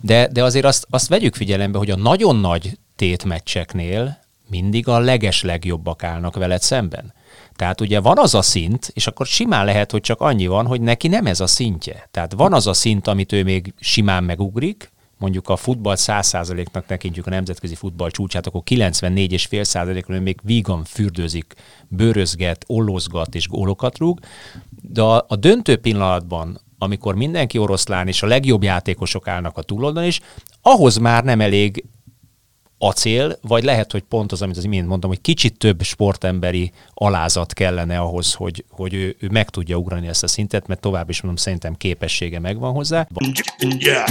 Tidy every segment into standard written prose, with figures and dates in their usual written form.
De azért azt vegyük figyelembe, hogy a nagyon nagy tétmeccseknél mindig a legeslegjobbak állnak veled szemben. Tehát ugye van az a szint, és akkor simán lehet, hogy csak annyi van, hogy neki nem ez a szintje. Tehát van az a szint, amit ő még simán megugrik, mondjuk a futball 100%-nak tekintjük a nemzetközi futball csúcsát, akkor 94,5%-on ő még vígan fürdőzik, bőrözget, ollózgat és gólokat rúg, de a döntő pillanatban, amikor mindenki oroszlán és a legjobb játékosok állnak a túloldalon is, ahhoz már nem elég acél, vagy lehet, hogy pont az, amit az imént mondtam, hogy kicsit több sportemberi alázat kellene ahhoz, hogy ő meg tudja ugrani ezt a szintet, mert tovább is mondom, szerintem képessége megvan hozzá. Yeah.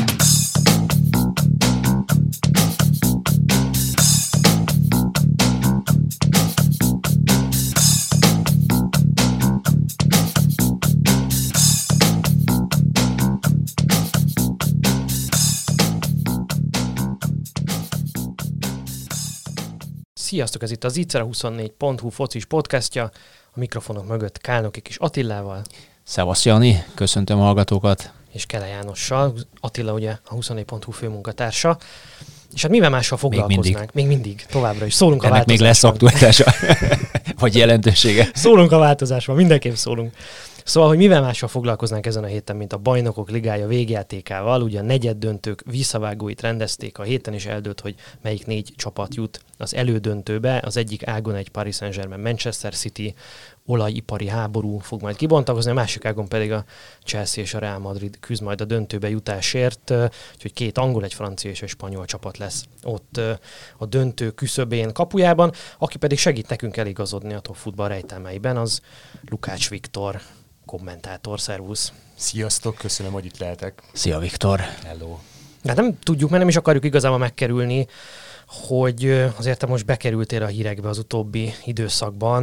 Sziasztok, ez itt az Itzer24.hu focis podcastja, a mikrofonok mögött Kálnoki Kis Attilával. Szevasz Jani, köszöntöm a hallgatókat. És Kele Jánossal, Attila ugye a 24.hu főmunkatársa. És hát mivel mással foglalkoznánk? Még mindig, továbbra is. Szólunk ennek a változásról. Még lesz aktualitása, vagy jelentősége. Szólunk a változásról, mindenképp szólunk. Szóval, hogy mivel mással foglalkoznánk ezen a héten, mint a Bajnokok Ligája végjátékával, ugye a negyeddöntők visszavágóit rendezték a héten, és eldőlt, hogy melyik 4 csapat jut az elődöntőbe. Az egyik ágon egy Paris Saint-Germain Manchester City olajipari háború fog majd kibontakozni, a másik ágon pedig a Chelsea és a Real Madrid küzd majd a döntőbe jutásért, úgyhogy 2 angol, egy francia és egy spanyol csapat lesz ott a döntő küszöbén, kapujában. Aki pedig segít nekünk eligazodni a Top Futball rejtelmeiben, az Lukács Viktor, kommentátor. Szervusz! Sziasztok, köszönöm, hogy itt lehetek. Szia Viktor! Hello! Hát nem tudjuk, mert nem is akarjuk igazából megkerülni, hogy azért te most bekerültél a hírekbe az utóbbi időszakban,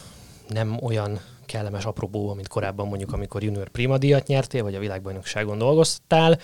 nem olyan kellemes apropó, mint korábban mondjuk, amikor junior prima díjat nyertél, vagy a világbajnokságon dolgoztál.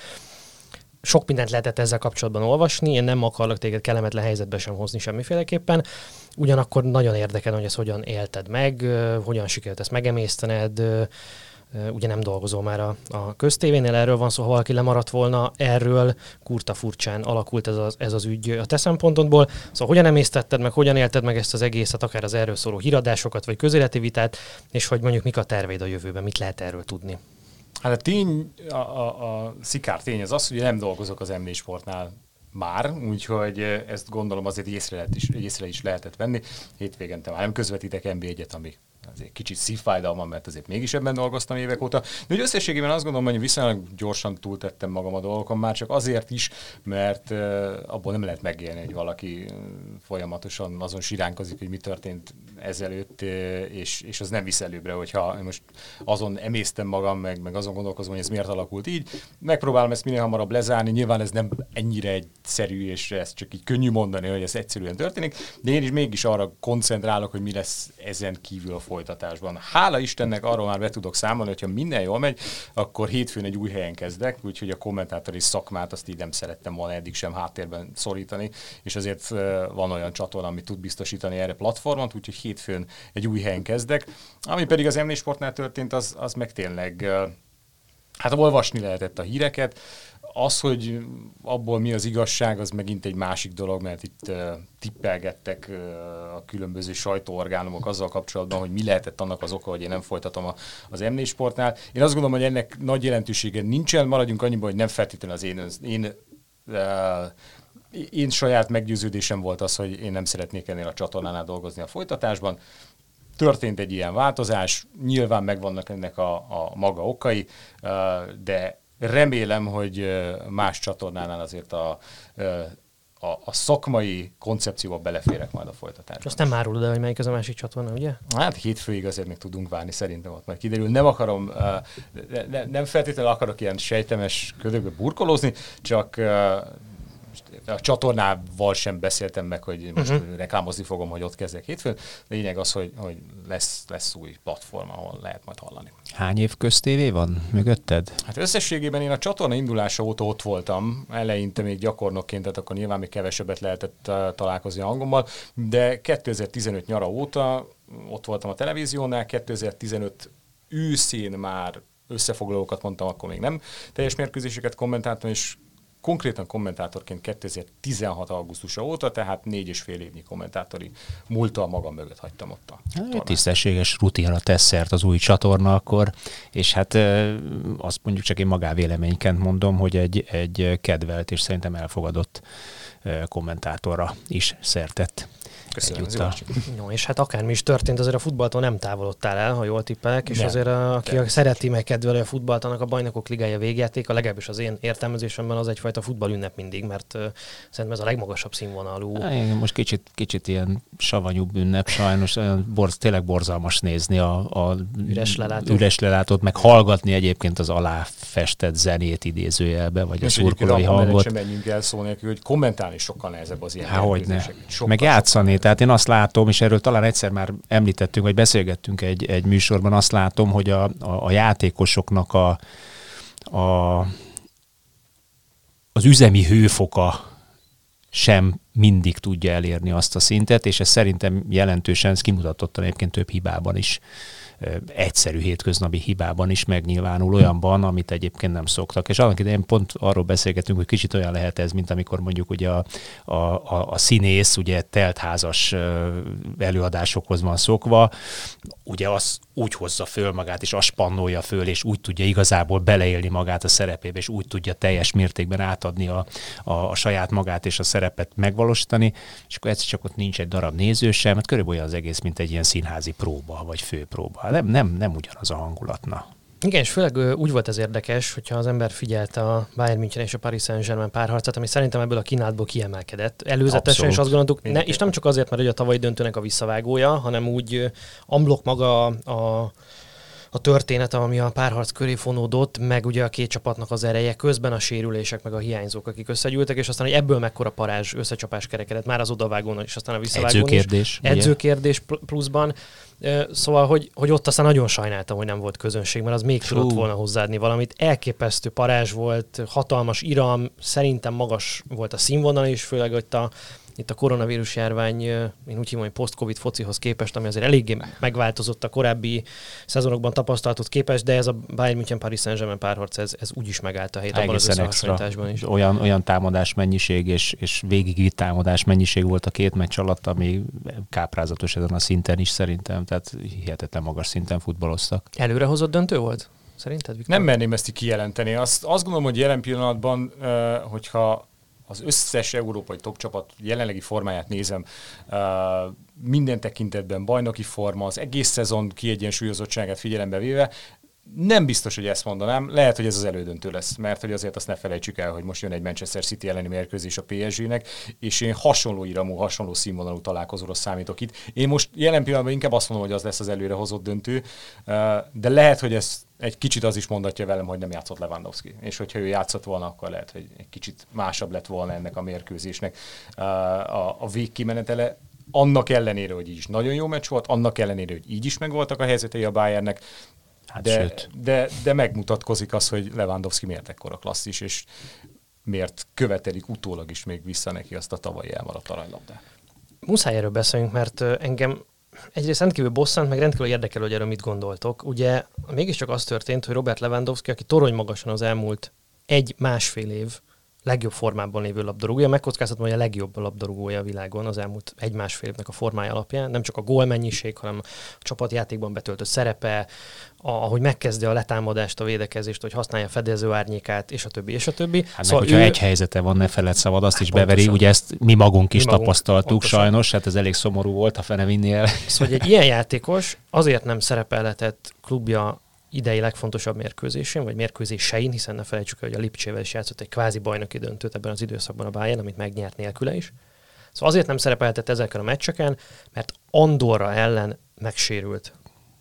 Sok mindent lehetett ezzel kapcsolatban olvasni, én nem akarlak téged kellemetlen helyzetbe sem hozni semmiféleképpen. Ugyanakkor nagyon érdekel, hogy ezt hogyan élted meg, hogyan sikerült ezt megemésztened. Ugye nem dolgozol már a köztévénél, erről van szó, ha valaki lemaradt volna erről, kurta furcsán alakult ez az ügy a te szempontodból. Szóval hogyan emésztetted meg, hogyan élted meg ezt az egészet, akár az erről szóló híradásokat, vagy közéleti vitát, és hogy mondjuk mik a terveid a jövőben, mit lehet erről tudni? Hát a tény, a szikár tény az, hogy nem dolgozok az M4 Sportnál már, úgyhogy ezt gondolom azért észre is lehetett venni. Hétvégente már nem közvetítek NB1-et, ami azért kicsit szívfájdalmam, mert azért mégis ebben dolgoztam évek óta. De úgy összességében azt gondolom, hogy viszonylag gyorsan túltettem magam a dolgokon, már csak azért is, mert abból nem lehet megélni, hogy valaki folyamatosan azon siránkozik, hogy mi történt ezelőtt, és az nem visz előbbre, hogyha most azon emésztem magam, meg azon gondolkozom, hogy ez miért alakult így. Megpróbálom ezt minél hamarabb lezárni, nyilván ez nem ennyire egyszerű, és ez csak így könnyű mondani, hogy ez egyszerűen történik, de én is mégis arra koncentrálok, hogy mi lesz ezen kívül a folytatásban. Hála Istennek arról már be tudok számolni, hogyha minden jól megy, akkor hétfőn egy új helyen kezdek, úgyhogy a kommentátori szakmát azt így nem szerettem volna eddig sem háttérben szorítani, és azért van olyan csatorna, ami tud biztosítani erre platformot, úgyhogy hétfőn egy új helyen kezdek. Ami pedig az M4 Sportnál történt, az meg tényleg, hát olvasni lehetett a híreket. Az, hogy abból mi az igazság, az megint egy másik dolog, mert itt tippelgettek a különböző sajtóorgánumok azzal kapcsolatban, hogy mi lehetett annak az oka, hogy én nem folytatom az M4 Sportnál. Én azt gondolom, hogy ennek nagy jelentősége nincsen, maradjunk annyiban, hogy nem feltétlenül az én saját meggyőződésem volt az, hogy én nem szeretnék ennél a csatornánál dolgozni a folytatásban. Történt egy ilyen változás, nyilván megvannak ennek a maga okai, de remélem, hogy más csatornánál azért a szakmai koncepcióba beleférek majd a folytatásban. Azt nem árulod el, hogy melyik az a másik csatorna, ugye? Hát hétfőig azért még tudunk várni, szerintem ott majd kiderül. Nem akarom, nem feltétlenül akarok ilyen sejtemes ködökbe burkolózni, csak a csatornával sem beszéltem meg, hogy most reklámozni fogom, hogy ott kezdek hétfőn. Lényeg az, hogy lesz új platform, ahol lehet majd hallani. Hány év köztévé van mögötted? Hát összességében én a csatorna indulása óta ott voltam, eleinte még gyakornokként, tehát akkor nyilván még kevesebbet lehetett találkozni a hangommal, de 2015 nyara óta ott voltam a televíziónál, 2015 őszén már összefoglalókat mondtam, akkor még nem teljes mérkőzéseket kommentáltam, és konkrétan kommentátorként 2016. augusztusa óta, tehát 4,5 évnyi kommentátori múlttal magam mögött hagytam ott a tornát. Tisztességes rutinra tesz szert az új csatorna akkor, és hát azt mondjuk csak én magávéleményként mondom, hogy egy kedvelt és szerintem elfogadott kommentátorra is szertett. Köszönöm. No, és hát akármi is történt, azért a futballtól nem távolodtál el, ha jól tippelek, és nem, azért aki szereti meg kedveli a futballt, annak a Bajnokok Ligája végjátéka, legalábbis az én értelmezésemben az egyfajta futballünnep mindig, mert szerintem ez a legmagasabb színvonalú. Most kicsit ilyen savanyúbb ünnep, sajnos tényleg borzalmas nézni a üres lelátót, meg hallgatni egyébként az aláfestett zenét idézőjelbe, vagy és a szurkolói hangot. Sem menjünk el szó nélkül, hogy kommentálni sokkal nehezebb az ilyen mérkőzéseket. Meg játszani. Tehát én azt látom, és erről talán egyszer már említettünk, vagy beszélgettünk egy műsorban, azt látom, hogy a játékosoknak az üzemi hőfoka sem mindig tudja elérni azt a szintet, és ez szerintem jelentősen, ez kimutatottan egyébként több hibában is, egyszerű hétköznapi hibában is megnyilvánul olyanban, amit egyébként nem szoktak. És annak idején pont arról beszélgetünk, hogy kicsit olyan lehet ez, mint amikor mondjuk ugye a színész ugye teltházas előadásokhoz van szokva, ugye az úgy hozza föl magát, és azt spannolja föl, és úgy tudja igazából beleélni magát a szerepébe, és úgy tudja teljes mértékben átadni a saját magát és a szerepet megvalósítani, és akkor egyszer csak ott nincs egy darab néző sem, mert körülbelül olyan az egész, mint egy ilyen színházi próba, vagy főpróba. Nem ugyanaz a hangulatna. Igen, és főleg úgy volt ez érdekes, hogyha az ember figyelte a Bayern München és a Paris Saint-Germain párharcát, ami szerintem ebből a kínálatból kiemelkedett. Előzetesen is azt gondoltuk, és nem csak azért, mert ugye a tavalyi döntőnek a visszavágója, hanem úgy amblok maga a történet, ami a párharc köré fonódott, meg ugye a két csapatnak az ereje, közben a sérülések, meg a hiányzók, akik összegyűltek, és aztán, hogy ebből mekkora parázs, összecsapás kerekedett már az odavágón, és aztán a visszavágón is. Edzőkérdés pluszban. Szóval, hogy ott aztán nagyon sajnáltam, hogy nem volt közönség, mert az még tudott volna hozzáadni valamit. Elképesztő parázs volt, hatalmas iram, szerintem magas volt a színvonal is, főleg, hogy itt a koronavírus járvány, én úgy hívom, hogy post-covid focihoz képest, ami azért eléggé megváltozott a korábbi szezonokban tapasztalatot képest, de ez a Bayern München Paris Saint-Germain párharc, ez úgy is megállt a helyét abban az összehasonlításban is. Olyan támadás mennyiség és végig támadás mennyiség volt a két meccs alatt, ami káprázatos ezen a szinten is szerintem, tehát hihetetlen magas szinten futballoztak. Előrehozott döntő volt? Szerinted, Viktor? Nem merném ezt kijelenteni. Azt gondolom, hogy jelen pillanatban, hogyha az összes európai top csapat jelenlegi formáját nézem, minden tekintetben bajnoki forma, az egész szezon kiegyensúlyozottságát figyelembe véve, nem biztos, hogy ezt mondanám. Lehet, hogy ez az elődöntő lesz, mert hogy azért azt ne felejtsük el, hogy most jön egy Manchester City elleni mérkőzés a PSG-nek, és én hasonló iramú, hasonló színvonalú találkozóra számítok itt. Én most jelen pillanatban inkább azt mondom, hogy az lesz az előre hozott döntő, de lehet, hogy ez egy kicsit az is mondatja velem, hogy nem játszott Lewandowski. És hogyha ő játszott volna, akkor lehet, hogy egy kicsit másabb lett volna ennek a mérkőzésnek a végkimenetele. Annak ellenére, hogy így is nagyon jó meccs volt, annak ellenére, hogy így is megvoltak a helyzetei a Bayernnek, de megmutatkozik az, hogy Lewandowski miért ekkora klasszis, és miért követelik utólag is még vissza neki azt a tavalyi elmaradt aranylabdát. Muszáj erről beszélünk, mert engem egyrészt rendkívül bosszant, meg rendkívül érdekel, hogy erről mit gondoltok. Ugye mégiscsak az történt, hogy Robert Lewandowski, aki torony magasan az elmúlt 1-1,5 év legjobb formában lévő labdarúgója, megkockáztatom, hogy a legjobb labdarúgója a világon az elmúlt 1-1,5 évnek a formája alapján. Nem csak a gólmennyiség, hanem a csapatjátékban betöltött szerepe, ahogy megkezdi a letámadást, a védekezést, hogy használja a fedező árnyékát, és a többi, és a többi. Hát szóval hogyha egy helyzete van, ne feled szabad, azt is beveri, ugye ezt mi magunk is tapasztaltuk pontosan. Sajnos, hát ez elég szomorú volt, ha fene vinni el. Szóval egy ilyen játékos azért nem szerepelhetett klubja idei legfontosabb mérkőzésén, vagy mérkőzésein, hiszen ne felejtsük el, hogy a Lipcsével is játszott egy kvázi bajnoki döntőt ebben az időszakban a Bayern, amit megnyert nélküle is. Szóval azért nem szerepelhetett ezeken a meccseken, mert Andorra ellen megsérült.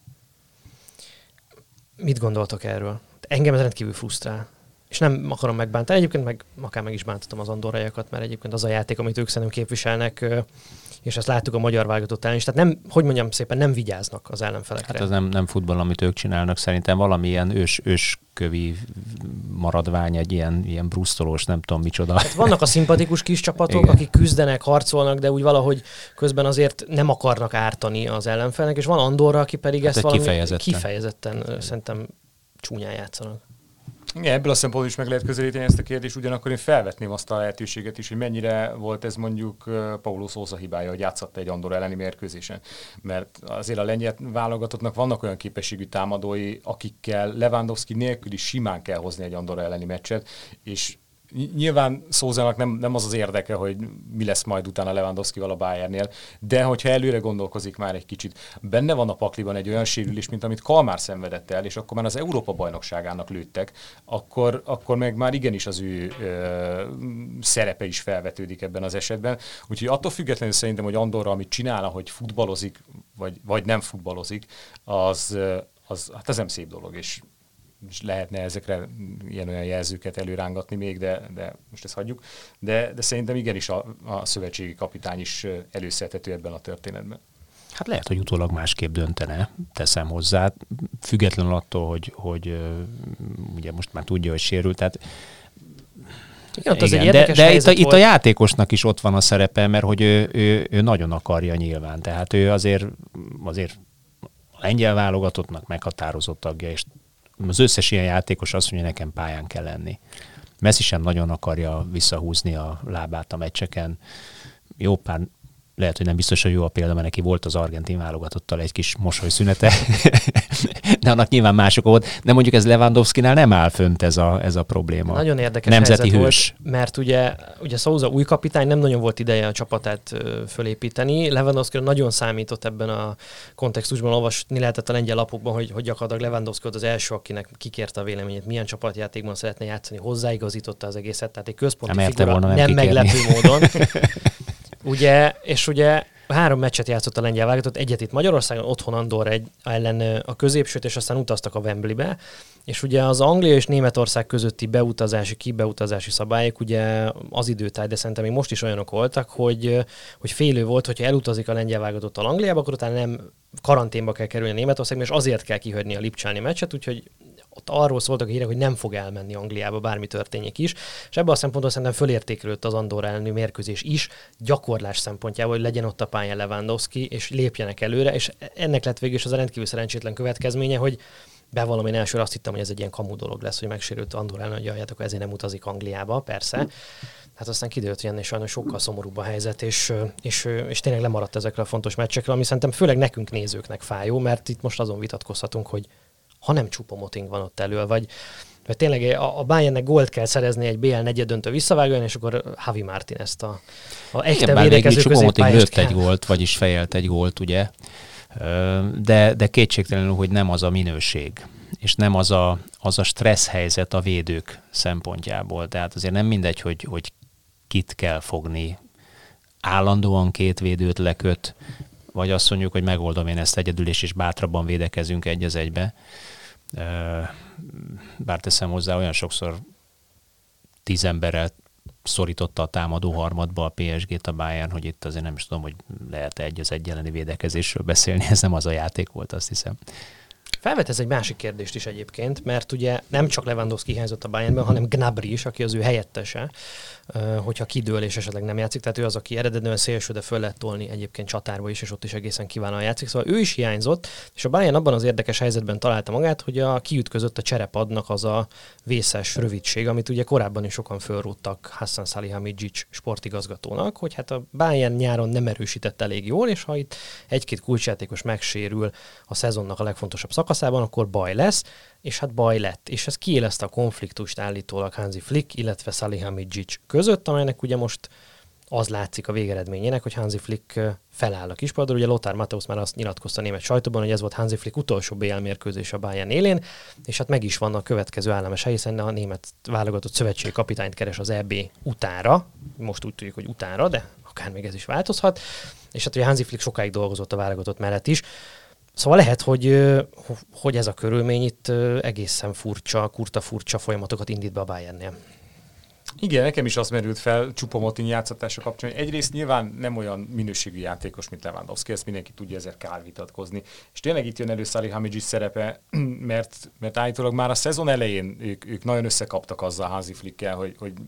Mit gondoltok erről? Engem ez rendkívül frusztrál. És nem akarom megbántani. Egyébként akár meg is bántottam az andorraiakat, mert egyébként az a játék, amit ők szerintem képviselnek, és ezt láttuk a magyar válogatott ellen is. Tehát nem, hogy mondjam szépen, nem vigyáznak az ellenfelekre. Hát az nem futball, amit ők csinálnak. Szerintem valamilyen őskövi maradvány, egy ilyen brusztolós, nem tudom micsoda. Hát vannak a szimpatikus kis csapatok, akik küzdenek, harcolnak, de úgy valahogy közben azért nem akarnak ártani az ellenfelnek, és van Andorra, aki pedig ezt valami kifejezetten szerintem csúnyán játszanak. Igen, ebből a szempontból is meg lehet közelíteni ezt a kérdést, ugyanakkor én felvetném azt a lehetőséget is, hogy mennyire volt ez mondjuk Paulo Sousa hibája, hogy játszott egy Andorra elleni mérkőzésen. Mert azért a lengyel válogatottnak vannak olyan képességű támadói, akikkel Lewandowski nélkül is simán kell hozni egy Andorra elleni meccset, és nyilván Sousának nem az az érdeke, hogy mi lesz majd utána Lewandowskival a Bayernnél, de hogyha előre gondolkozik már egy kicsit, benne van a pakliban egy olyan sérülés, mint amit Kalmár szenvedett el, és akkor már az Európa-bajnokságának lőttek, akkor meg már igenis az ő szerepe is felvetődik ebben az esetben. Úgyhogy attól függetlenül szerintem, hogy Andorra, amit csinál, hogy futballozik, vagy nem futballozik, az nem szép dolog, és lehetne ezekre ilyen-olyan jelzőket előrángatni még, de most ezt hagyjuk. De szerintem igenis a szövetségi kapitány is előszerethető ebben a történetben. Hát lehet, hogy utólag másképp döntene, teszem hozzá, függetlenül attól, hogy ugye most már tudja, hogy sérült, tehát igen, de itt a játékosnak is ott van a szerepe, mert hogy ő nagyon akarja nyilván, tehát ő azért a lengyel válogatottnak meghatározott tagja, és az összes ilyen játékos azt mondja, hogy nekem pályán kell lenni. Messi sem nagyon akarja visszahúzni a lábát a meccseken. Jó pár, lehet, hogy nem biztos, hogy jó a példa, mert neki volt az argentin válogatottal egy kis mosolyszünete, de annak nyilván mások volt. De mondjuk ez Lewandowskinál nem áll fönt ez a probléma. Nagyon érdekes nemzeti hős. Volt, mert ugye Sousa új kapitány, nem nagyon volt ideje a csapatát fölépíteni. Lewandowski nagyon számított ebben a kontextusban, olvasni lehetett a lengyel lapokban, hogy gyakorlatilag Lewandowski volt az első, akinek kikérte a véleményét, milyen csapatjátékban szeretne játszani, hozzáigazította az egészet, tehát egy központi figura nem meglepő módon. Ugye 3 meccset játszott a lengyel válogatott, egyet itt Magyarországon, otthon Andorra ellen a középsőt, és aztán utaztak a Wembleybe. És ugye az Anglia és Németország közötti kibeutazási szabályok, ugye az időtáj, de szerintem még most is olyanok voltak, hogy félő volt, hogyha elutazik a lengyel válogatottal Angliába, akkor utána nem karanténba kell kerülni a Németországban, és azért kell kihagyni a lipcsáni meccset, úgyhogy ott arról szóltak a hírek, hogy nem fog elmenni Angliába, bármi történjék is. És ebből a szempontból szerintem fölértékelődött az Andorra elleni mérkőzés is, gyakorlás szempontjából, hogy legyen ott a pályán Lewandowski, és lépjenek előre, és ennek lett végül is az a rendkívül szerencsétlen következménye, hogy bevallom, én elsőre azt hittem, hogy ez egy ilyen kamu dolog lesz, hogy megsérült Andorra ellen, hogy jajjátok, ezért nem utazik Angliába, persze. Hát aztán kiderült, hogy ennél sajnos sokkal szomorúbb a helyzet, és tényleg lemaradt ezekről a fontos meccsekről, ami szerintem főleg nekünk nézőknek fájó, mert itt most azon vitatkozhatunk, hogy ha nem Choupo-Moting van ott elől, vagy tényleg a Bayernnek gólt kell szerezni egy BL negyeddöntő visszavágóan, és akkor Javi Martínez a echte védekező középpályást lőtt egy gólt, vagyis fejelt egy gólt, ugye? De kétségtelenül, hogy nem az a minőség, és nem az a stressz helyzet a védők szempontjából. Tehát azért nem mindegy, hogy kit kell fogni. Állandóan 2 védőt leköt, vagy azt mondjuk, hogy megoldom én ezt egyedül, és bátrabban védekezünk 1-1-be. Bár teszem hozzá, olyan sokszor 10 emberrel szorította a támadó harmadba a PSG-t a Bayern, hogy itt azért nem is tudom, hogy lehet-e 1-1 elleni védekezésről beszélni, ez nem az a játék volt, azt hiszem. Felvet ez egy másik kérdést is egyébként, mert ugye nem csak Lewandowski hiányzott a Bayernben, hanem Gnabry is, aki az ő helyettese, hogyha kidől és esetleg nem játszik. Tehát ő az, aki eredetileg szélső, de föl lehet tolni egyébként csatárba is, és ott is egészen kiválóan játszik. Szóval ő is hiányzott, és a Bayern abban az érdekes helyzetben találta magát, hogy a kiütközött a cserepadnak az a vészes rövidség, amit ugye korábban is sokan fölrúgtak Hassan Salihamidzic sportigazgatónak, hogy hát a Bayern nyáron nem erősített elég jól, és ha itt 1-2 kulcsjátékos megsérül a szezonnak a legfontosabb szakaszában, akkor baj lesz, és hát baj lett. És ez kiélezte a konfliktust állítólag Hansi Flick, illetve Salihamidzic között, amelynek ugye most az látszik a végeredményének, hogy Hansi Flick feláll a kispadról. Ugye Lothar Matthäus már azt nyilatkozta a német sajtóban, hogy ez volt Hansi Flick utolsó BL mérkőzés a Bayern élén, és hát meg is van a következő államos hely, hiszen a német válogatott szövetségi kapitányt keres az EB utára. Most úgy tudjuk, hogy utára, de akár még ez is változhat. És hát ugye Hansi Flick sokáig dolgozott a válogatott mellett is. Szóval lehet, hogy ez a körülmény itt egészen kurta furcsa folyamatokat indít be a Bayernnél. Igen, nekem is az merült fel Choupo-Moting játszatása kapcsán, hogy egyrészt nyilván nem olyan minőségű játékos, mint Lewandowski, ezt mindenki tudja, ezért kár vitatkozni. És tényleg itt jön elő Salihamidzic szerepe, mert állítólag már a szezon elején ők nagyon összekaptak azzal Hansi Flickkel, hogy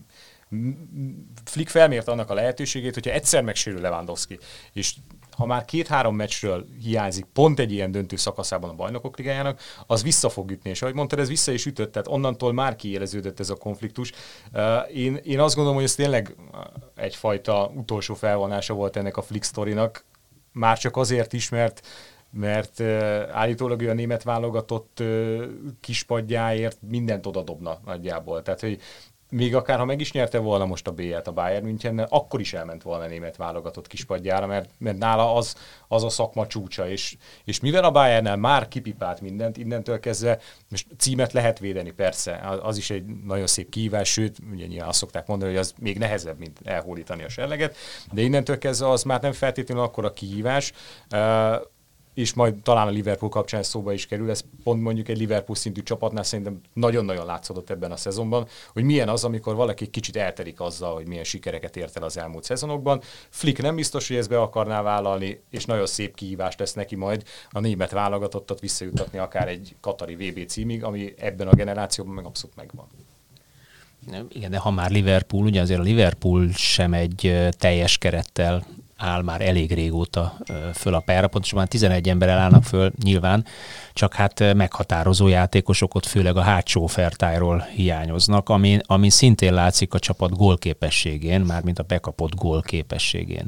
Flick felmérte annak a lehetőségét, hogyha egyszer megsérül Lewandowski, és ha már 2-3 meccsről hiányzik pont egy ilyen döntő szakaszában a Bajnokok Ligájának, az vissza fog ütni. És ahogy mondtad, ez vissza is ütött, tehát onnantól már kiéleződött ez a konfliktus. Én azt gondolom, hogy ez tényleg egyfajta utolsó felvonása volt ennek a Flick sztorinak, már csak azért is, mert állítólag ő a német válogatott kispadjáért mindent odadobna nagyjából. Tehát, hogy még akár ha meg is nyerte volna most a BL-t a Bayern Münchennel, akkor is elment volna a német válogatott kispadjára, mert nála az a szakma csúcsa, és mivel a Bayernnel már kipipált mindent, innentől kezdve most címet lehet védeni, persze, az is egy nagyon szép kihívás, sőt, ugye nyilván azt szokták mondani, hogy az még nehezebb, mint elhódítani a serleget, de innentől kezdve az már nem feltétlenül akkora kihívás, és majd talán a Liverpool kapcsán szóba is kerül, ez pont mondjuk egy Liverpool szintű csapatnál szerintem nagyon-nagyon látszódott ebben a szezonban, hogy milyen az, amikor valaki kicsit elterik azzal, hogy milyen sikereket ért el az elmúlt szezonokban. Flick nem biztos, hogy ezt be akarná vállalni, és nagyon szép kihívást lesz neki majd a német válogatottat visszajutatni akár egy katari VB címig, ami ebben a generációban meg abszolút megvan. Igen, de ha már Liverpool, ugye azért a Liverpool sem egy teljes kerettel áll már elég régóta föl a pályára, pontosabban 11 emberrel állnak föl nyilván, csak hát meghatározó játékosok ott főleg a hátsó ofertájról hiányoznak, ami szintén látszik a csapat gólképességén, mármint a bekapott gólképességén.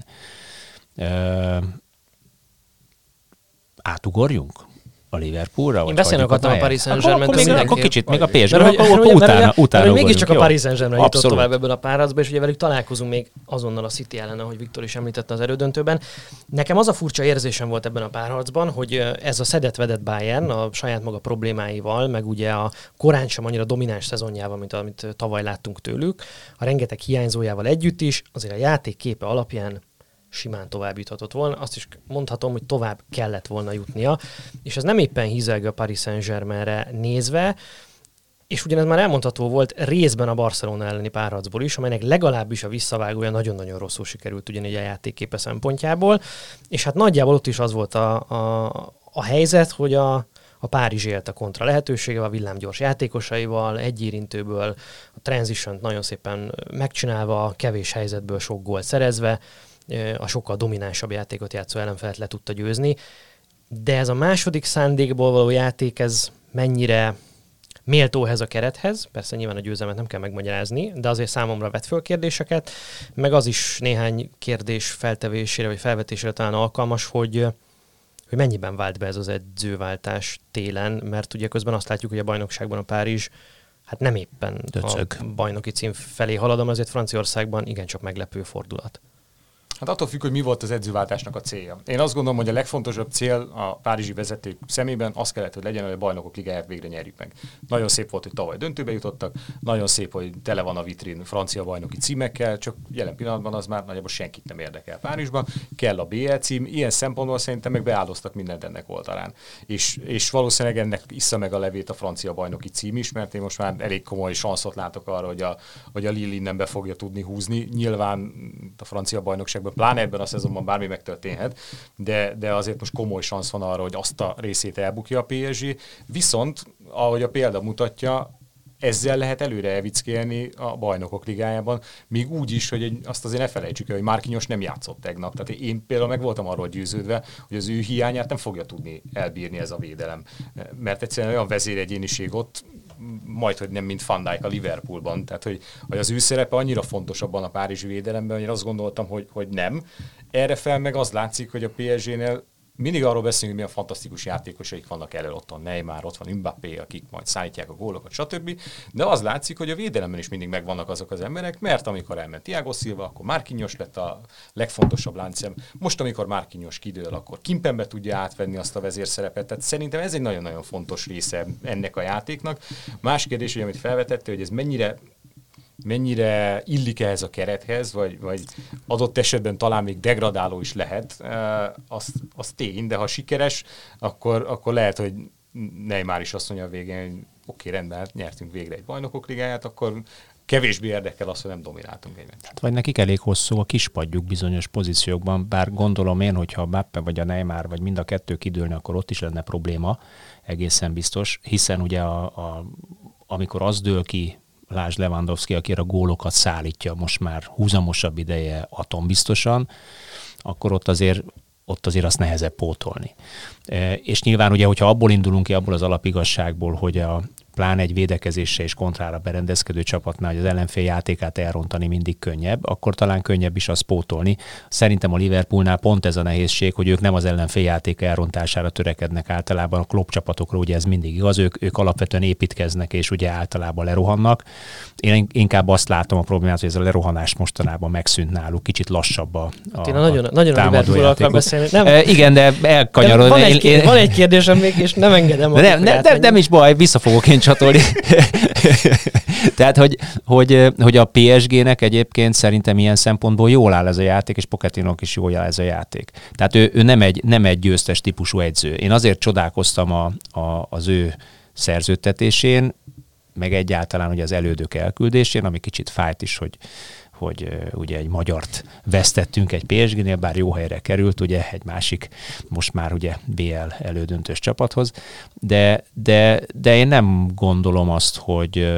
Átugorjunk a Liverpoolra? Én beszélni akartam a Paris Saint-Germain-t. Akkor kicsit még a PSG, utána mégiscsak a Paris Saint-Germain jutott tovább ebből a párazba, és ugye velük találkozunk még azonnal a City ellen, ahogy Viktor is említette az elődöntőben. Nekem az a furcsa érzésem volt ebben a párharcban, hogy ez a szedett-vedett Bayern a saját maga problémáival, meg ugye a korán sem annyira domináns szezonjával, mint amit tavaly láttunk tőlük, a rengeteg hiányzójával együtt is, azért a játék képe alapján simán tovább juthatott volna. Azt is mondhatom, hogy tovább kellett volna jutnia, és ez nem éppen hízelg a Paris Saint-Germainre nézve, és ugyanez már elmondható volt részben a Barcelona elleni párharcból is, amelynek legalábbis a visszavágója nagyon-nagyon rosszul sikerült ugyanígy a játékképe szempontjából, és hát nagyjából ott is az volt a helyzet, hogy a Párizs élt a kontra lehetőségevel, a villámgyors játékosaival, egy érintőből a transition-t nagyon szépen megcsinálva, kevés helyzetből sok gólt szerezve, a sokkal dominánsabb játékot játszó ellenfelet le tudta győzni, de ez a második szándékból való játék, ez mennyire méltó ehhez a kerethez, persze nyilván a győzelmet nem kell megmagyarázni, de azért számomra vet föl kérdéseket, meg az is néhány kérdés feltevésére vagy felvetésére talán alkalmas, hogy mennyiben vált be ez az edzőváltás télen, mert ugye közben azt látjuk, hogy a bajnokságban a Párizs hát nem éppen a bajnoki cím felé haladom, ezért Franciaországban igencsak meglepő fordulat. Hát attól függ, hogy mi volt az edzőváltásnak a célja. Én azt gondolom, hogy a legfontosabb cél a párizsi vezetők szemében az kellett, hogy legyen, hogy a Bajnokok Ligáját végre nyerjük meg. Nagyon szép volt, hogy tavaly döntőbe jutottak, nagyon szép, hogy tele van a vitrin francia bajnoki címekkel, csak jelen pillanatban az már nagyjából senkit nem érdekel Párizsban. Kell a BL cím, ilyen szempontból szerintem meg beáldoztak mindent ennek oldalán. És valószínűleg ennek issza meg a levét a francia bajnoki cím is, mert én most már elég komoly sanszot látok arra, hogy a Lille innen be fogja tudni húzni. Nyilván a francia bajnokságban, pláne ebben a szezonban bármi megtörténhet, de azért most komoly szansz van arra, hogy azt a részét elbukja a PSG. Viszont, ahogy a példa mutatja, ezzel lehet előre elvickélni a Bajnokok Ligájában, még úgy is, hogy azt azért ne felejtsük el, hogy Marquinhos nem játszott tegnap. Tehát én például meg voltam arról győződve, hogy az ő hiányát nem fogja tudni elbírni ez a védelem. Mert egyszerűen olyan vezéregyéniség ott, majdhogy nem, mint Van Dijk a Liverpoolban. Tehát, hogy az ő szerepe annyira fontos abban a párizsi védelemben, hogy én azt gondoltam, hogy nem. Erre fel meg az látszik, hogy a PSG-nél mindig arról beszélünk, hogy milyen fantasztikus játékosaik vannak elő, ott van Neymar, ott van Mbappé, akik majd szállítják a gólokat, stb. De az látszik, hogy a védelemben is mindig megvannak azok az emberek, mert amikor elment Thiago Silva, akkor Marquinhos lett a legfontosabb láncszem. Most, amikor Marquinhos kidől, akkor Kimpembe tudja átvenni azt a vezérszerepet. Tehát szerintem ez egy nagyon-nagyon fontos része ennek a játéknak. Más kérdés, hogy amit felvetette, hogy ez mennyire illik ehhez a kerethez, vagy adott esetben talán még degradáló is lehet, az tény, de ha sikeres, akkor lehet, hogy Neymar is azt mondja a végén, hogy oké, rendben, nyertünk végre egy Bajnokok Ligáját, akkor kevésbé érdekel az, hogy nem domináltunk egy meccset. Hát vagy nekik elég hosszú a kispadjuk bizonyos pozíciókban, bár gondolom én, hogyha a Mbappé vagy a Neymar, vagy mind a kettő kidőlne, akkor ott is lenne probléma, egészen biztos, hiszen ugye amikor az dől ki lásd Lewandowski, aki a gólokat szállítja most már húzamosabb ideje atombiztosan, akkor ott azért azt nehezebb pótolni. És nyilván ugye, hogyha abból indulunk ki, abból az alapigazságból, hogy pláne egy védekezésre és kontrára berendezkedő csapatnál, hogy az ellenfél játékát elrontani mindig könnyebb, akkor talán könnyebb is azt pótolni. Szerintem a Liverpoolnál pont ez a nehézség, hogy ők nem az ellenfél játék elrontására törekednek általában, a Klopp csapatokra ugye ez mindig igaz, ők alapvetően építkeznek, és ugye általában lerohannak. Én inkább azt látom a problémát, hogy ez a lerohanás mostanában megszűnt náluk, kicsit lassabb a nagyon Liverpool akar beszélni. Igen, de elkanyarod. Van egy kérdésem még, és nem engedem. Nem is baj, vissza fogok én csatolni. Tehát, hogy a PSG-nek egyébként szerintem ilyen szempontból jól áll ez a játék, és Pochettinónak is jól áll ez a játék. Tehát ő nem egy győztes típusú edző. Én azért csodálkoztam az ő szerződtetésén, meg egyáltalán ugye az elődök elküldésén, ami kicsit fájt is, hogy ugye egy magyart vesztettünk egy PSG-nél, bár jó helyre került, ugye egy másik, most már ugye BL elődöntős csapathoz, de én nem gondolom azt, hogy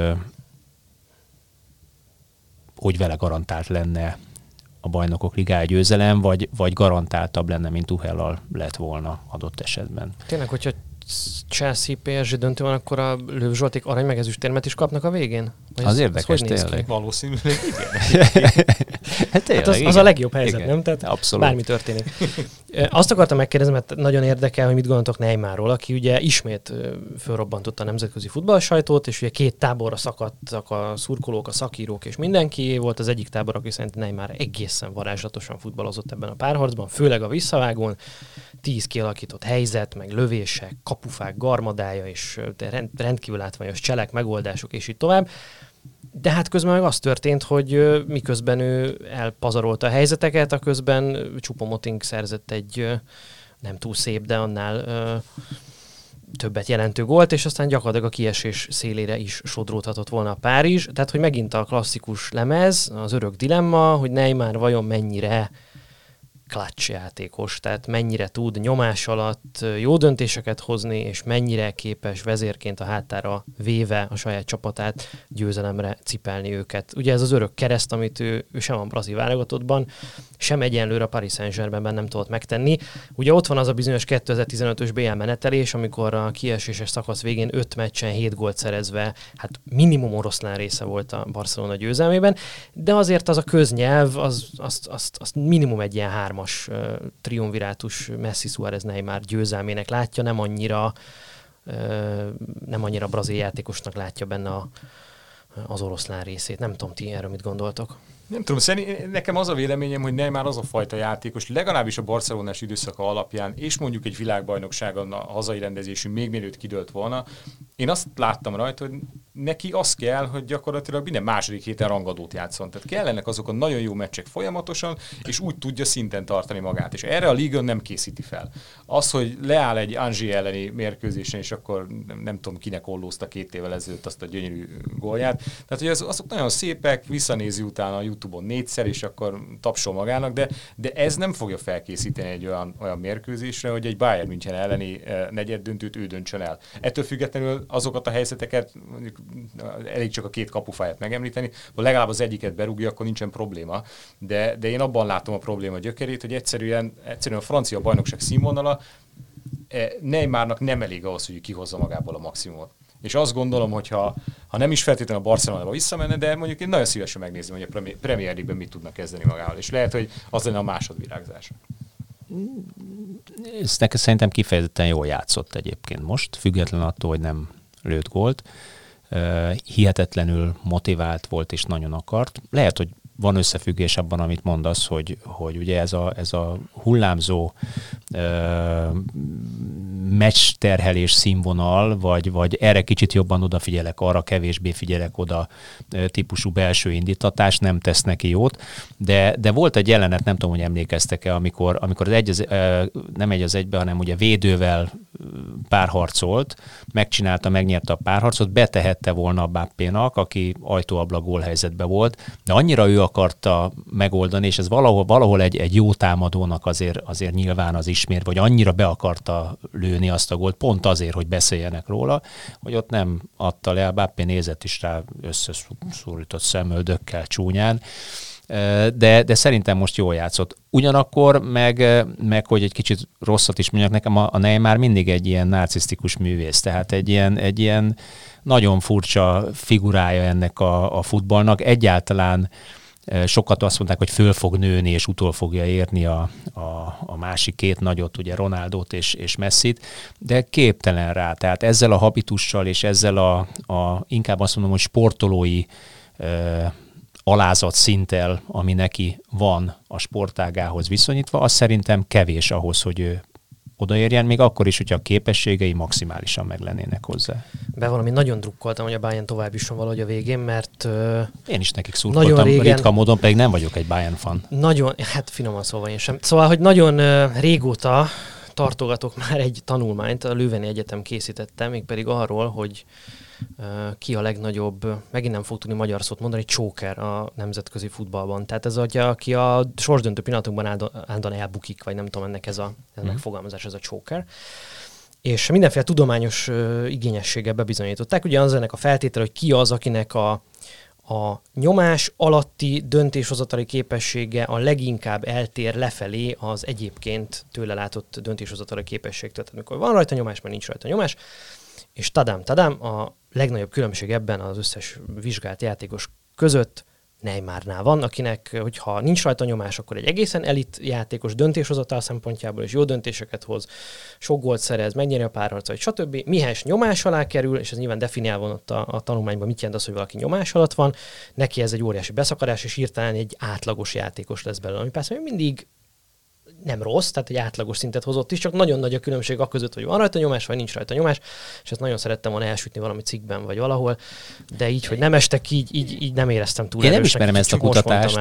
vele garantált lenne a Bajnokok Ligája győzelem, vagy garantáltabb lenne, mint Tuchellal lett volna adott esetben. Tényleg, hogyha Chelsea PSG döntő van, akkor a Löw Zsolték arany meg ezüstérmet is kapnak a végén? Az érdekes, tényleg. Valószínűleg igen. Hát az a legjobb helyzet, igen. Nem? Tehát abszolút. Bármi történik. Azt akartam megkérdezni, mert nagyon érdekel, hogy mit gondoltok Neymarról, aki ugye ismét fölrobbantotta a nemzetközi futballsajtót, és ugye két táborra szakadtak a szurkolók, a szakírók és mindenki. Volt az egyik tábor, aki szerint Neymar egészen varázslatosan futballozott ebben a párharcban, főleg a visszavágón. 10 kialakított helyzet, meg lövések, kapufák garmadája, és rendkívül látványos cselek, megoldások, és így tovább. De hát közben meg az történt, hogy miközben ő elpazarolta a helyzeteket, a közben Choupo-Moting szerzett egy nem túl szép, de annál többet jelentő gólt, és aztán gyakorlatilag a kiesés szélére is sodródhatott volna a Párizs. Tehát, hogy megint a klasszikus lemez, az örök dilemma, hogy Neymar vajon mennyire clutch játékos, tehát mennyire tud nyomás alatt jó döntéseket hozni, és mennyire képes vezérként a hátára véve a saját csapatát győzelemre cipelni őket. Ugye ez az örök kereszt, amit ő sem a brazil válogatottban, sem egyenlőre a Paris Saint-Germainben nem tudott megtenni. Ugye ott van az a bizonyos 2015-ös BL menetelés, amikor a kieséses szakasz végén 5 meccsen 7 gólt szerezve, hát minimum oroszlán része volt a Barcelona győzelmében, de azért az a köznyelv, azt minimum egy ilyen 3-as triumvirátus Messi, Suárez, Neymar győzelmének látja, nem annyira brazil játékosnak látja benne az oroszlán részét. Nem tudom, ti erről mit gondoltok? Nem tudom, nekem az a véleményem, hogy Neymar az a fajta játékos, legalábbis a barcelonás időszaka alapján, és mondjuk egy világbajnokságon a hazai rendezésű még mielőtt kidőlt volna, én azt láttam rajta, hogy neki az kell, hogy gyakorlatilag minden második héten rangadót játszon. Tehát kellenek azok a nagyon jó meccsek folyamatosan, és úgy tudja szinten tartani magát. És erre a Liga nem készíti fel. Az, hogy leáll egy Angers elleni mérkőzésen, és akkor nem tudom, kinek ollózta 2 évvel ezelőtt azt a gyönyörű gólját. Tehát, hogy azok nagyon szépek, visszanézi utána a YouTube-on 4-szer, és akkor tapsol magának, de ez nem fogja felkészíteni egy olyan mérkőzésre, hogy egy Bayern München elleni negyeddöntőt ő döntsön el. Ettől függetlenül azokat a helyzeteket, mondjuk elég csak a 2 kapufáját megemlíteni, ha legalább az egyiket berúgja, akkor nincsen probléma. De én abban látom a probléma gyökerét, hogy egyszerűen a francia bajnokság színvonala Neymarnak nem elég ahhoz, hogy kihozza magából a maximumot. És azt gondolom, hogy ha nem is feltétlenül a Barcelonába visszamenne, de mondjuk én nagyon szívesen megnézném, hogy a Premier League-ben mit tudnak kezdeni magával. És lehet, hogy az lenne a másodvirágzás. Ez nekem szerintem kifejezetten jól játszott egyébként most, független attól, hogy nem lőtt gólt. Hihetetlenül motivált volt és nagyon akart. Lehet, hogy van összefüggés abban, amit mondasz, hogy ugye ez a hullámzó meccs terhelés színvonal, vagy erre kicsit jobban odafigyelek, arra kevésbé figyelek oda típusú belső indítatás nem tesz neki jót, de volt egy jelenet, nem tudom, hogy emlékeztek-e, amikor az nem egy az egybe, hanem ugye védővel párharcolt, megcsinálta, megnyerte a párharcot, betehette volna a Mbappénak, aki ajtóablak gólhelyzetben volt, de annyira ő akarta megoldani, és ez valahol egy jó támadónak azért nyilván az ismér, vagy annyira be akarta lőni azt a gólt, pont azért, hogy beszéljenek róla, hogy ott nem adta le, a Mbappé nézett is rá összeszúrított szemöldökkel csúnyán, de szerintem most jól játszott. Ugyanakkor, meg hogy egy kicsit rosszat is mondjak, nekem a Neymar mindig egy ilyen narcisztikus művész, tehát egy ilyen nagyon furcsa figurája ennek a futballnak. Egyáltalán sokat azt mondták, hogy föl fog nőni, és utol fogja érni a másik két nagyot, ugye Ronaldót és Messit, de képtelen rá. Tehát ezzel a habitussal, és ezzel inkább azt mondom, hogy sportolói alázat szinttel, ami neki van a sportágához viszonyítva, az szerintem kevés ahhoz, hogy ő odaérjen, még akkor is, hogyha a képességei maximálisan meg lennének hozzá. Valami nagyon drukkoltam, hogy a Bayern tovább jusson valahogy a végén, mert én is nekik szurkoltam, ritka módon, pedig nem vagyok egy Bayern fan. Nagyon, hát finoman szólva én sem. Szóval, hogy nagyon régóta tartogatok már egy tanulmányt, a Lőveni Egyetem készítette, mégpedig arról, hogy ki a legnagyobb, megint nem fog tudni magyar szót mondani, csóker a nemzetközi futballban. Tehát ez, aki a sorsdöntő pillanatokban állandóan elbukik, vagy nem tudom, ennek ez a megfogalmazás, ez a csóker. És mindenféle tudományos igényességgel bebizonyították. Ugye az ennek a feltétele, hogy ki az, akinek a nyomás alatti döntéshozatali képessége a leginkább eltér lefelé az egyébként tőle látott döntéshozatali képességtől. Tehát amikor van rajta nyomás, mert nincs rajta nyomás, és tadám, a legnagyobb különbség ebben az összes vizsgált játékos között Neymarnál van, akinek, hogyha nincs rajta nyomás, akkor egy egészen elit játékos döntéshozatal szempontjából is jó döntéseket hoz, sok gólt szerez, megnyeri a párharcait, stb. Mihez nyomás alá kerül, és ez nyilván definiálva ott a tanulmányban mit jelent az, hogy valaki nyomás alatt van, neki ez egy óriási beszakadás, és hirtelen egy átlagos játékos lesz belőle, ami persze mindig nem rossz, tehát egy átlagos szintet hozott is, csak nagyon nagy a különbség között, hogy van rajta nyomás, vagy nincs rajta nyomás, és ezt nagyon szerettem volna elsütni valami cikkben, vagy valahol, de így, hogy nem estek így nem éreztem túl. Én nem ismerem ezt a kutatást,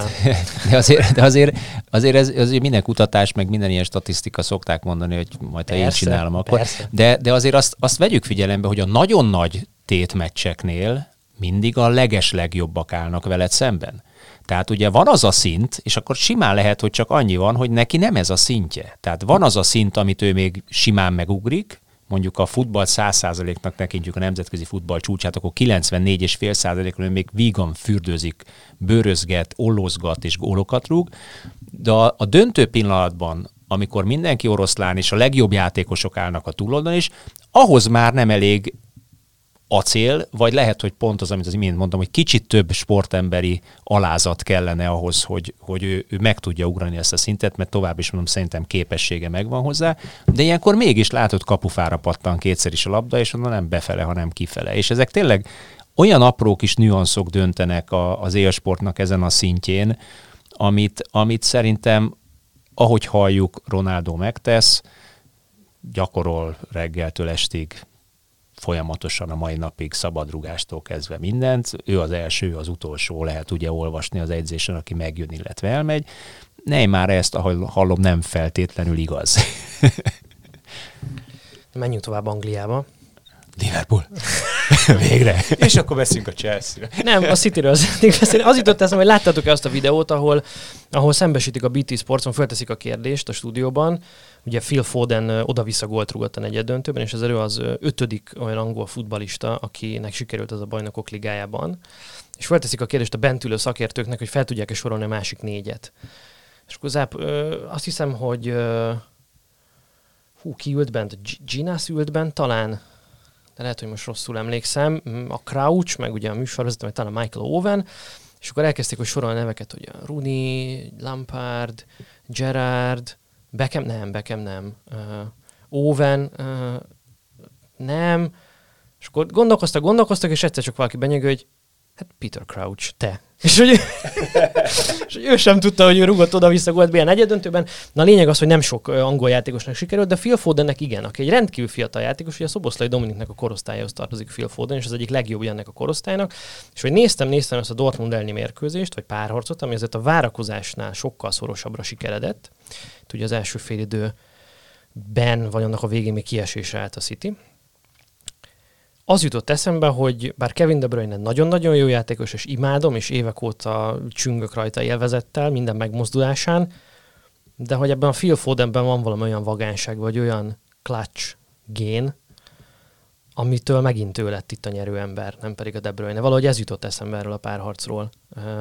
de azért ez minden kutatás, meg minden ilyen statisztika szokták mondani, hogy majd ha én csinálom, akkor. De azért azt vegyük figyelembe, hogy a nagyon nagy tétmeccseknél mindig a legeslegjobbak állnak veled szemben. Tehát ugye van az a szint, és akkor simán lehet, hogy csak annyi van, hogy neki nem ez a szintje. Tehát van az a szint, amit ő még simán megugrik, mondjuk a futball 100%-nak tekintjük a nemzetközi futball csúcsát, akkor 94,5%-ról ő még vígan fürdőzik, bőrözget, ollózgat és gólokat rúg, de a döntő pillanatban, amikor mindenki oroszlán és a legjobb játékosok állnak a túloldalon is, ahhoz már nem elég acél, vagy lehet, hogy pont az, amit az imént mondtam, hogy kicsit több sportemberi alázat kellene ahhoz, hogy ő meg tudja ugrani ezt a szintet, mert tovább is mondom, szerintem képessége megvan hozzá, de ilyenkor mégis látod, kapufára pattan kétszer is a labda, és onnan nem befele, hanem kifele. És ezek tényleg olyan apró kis nüanszok döntenek az élsportnak ezen a szintjén, amit szerintem, ahogy halljuk, Ronaldo megtesz, gyakorol reggeltől estig, folyamatosan a mai napig szabadrugástól kezdve mindent. Ő az első, az utolsó, lehet ugye olvasni az edzésen, aki megjön, illetve elmegy. Neymar ezt, ahogy hallom, nem feltétlenül igaz. Menjünk tovább Angliába. Liverpool. Végre. És akkor veszünk a Chelsea-re. Nem, a Cityről szeretnék beszélni. Az jutott eszembe, hogy láttátok-e azt a videót, ahol szembesítik a BT Sportson, fölteszik a kérdést a stúdióban. Ugye Phil Foden oda-vissza gólt rúgott a negyed döntőben, és ő az 5. olyan angol futballista, akinek sikerült ez a Bajnokok Ligájában. És fölteszik a kérdést a bent ülő szakértőknek, hogy fel tudják-e sorolni a másik 4-et. És akkor azt hiszem, hogy ki ült bent? Ginas ült bent talán? De lehet, hogy most rosszul emlékszem, a Crouch, meg ugye a műsorvezető, meg talán Michael Owen, és akkor elkezdték, hogy sorolni a neveket, hogy a Rooney, Lampard, Gerrard, Beckham nem, Owen, nem, és akkor gondolkoztak, és egyszer csak valaki benyögő, hogy hát Peter Crouch, te. És hogy ő sem tudta, hogy ő rúgott oda-vissza gólt be a negyedöntőben. Na a lényeg az, hogy nem sok angol játékosnak sikerült, de Phil Fodennek igen, aki egy rendkívül fiatal játékos, ugye a Szoboszlai Dominiknek a korosztályához tartozik Phil Foden, és az egyik legjobb ennek a korosztálynak. És hogy néztem ezt a Dortmund elleni mérkőzést, vagy párharcot, ami azért a várakozásnál sokkal szorosabbra sikeredett. Itt ugye az első félidő vagy annak a végén még kiesésre állt a City. Az jutott eszembe, hogy bár Kevin De Bruyne nagyon-nagyon jó játékos, és imádom, és évek óta csüngök rajta élvezettel, minden megmozdulásán, de hogy ebben a Phil Fodenben van valami olyan vagánság, vagy olyan clutch gén, amitől megint ő lett itt a nyerő ember, nem pedig a De Bruyne. Valahogy ez jutott eszembe erről a párharcról.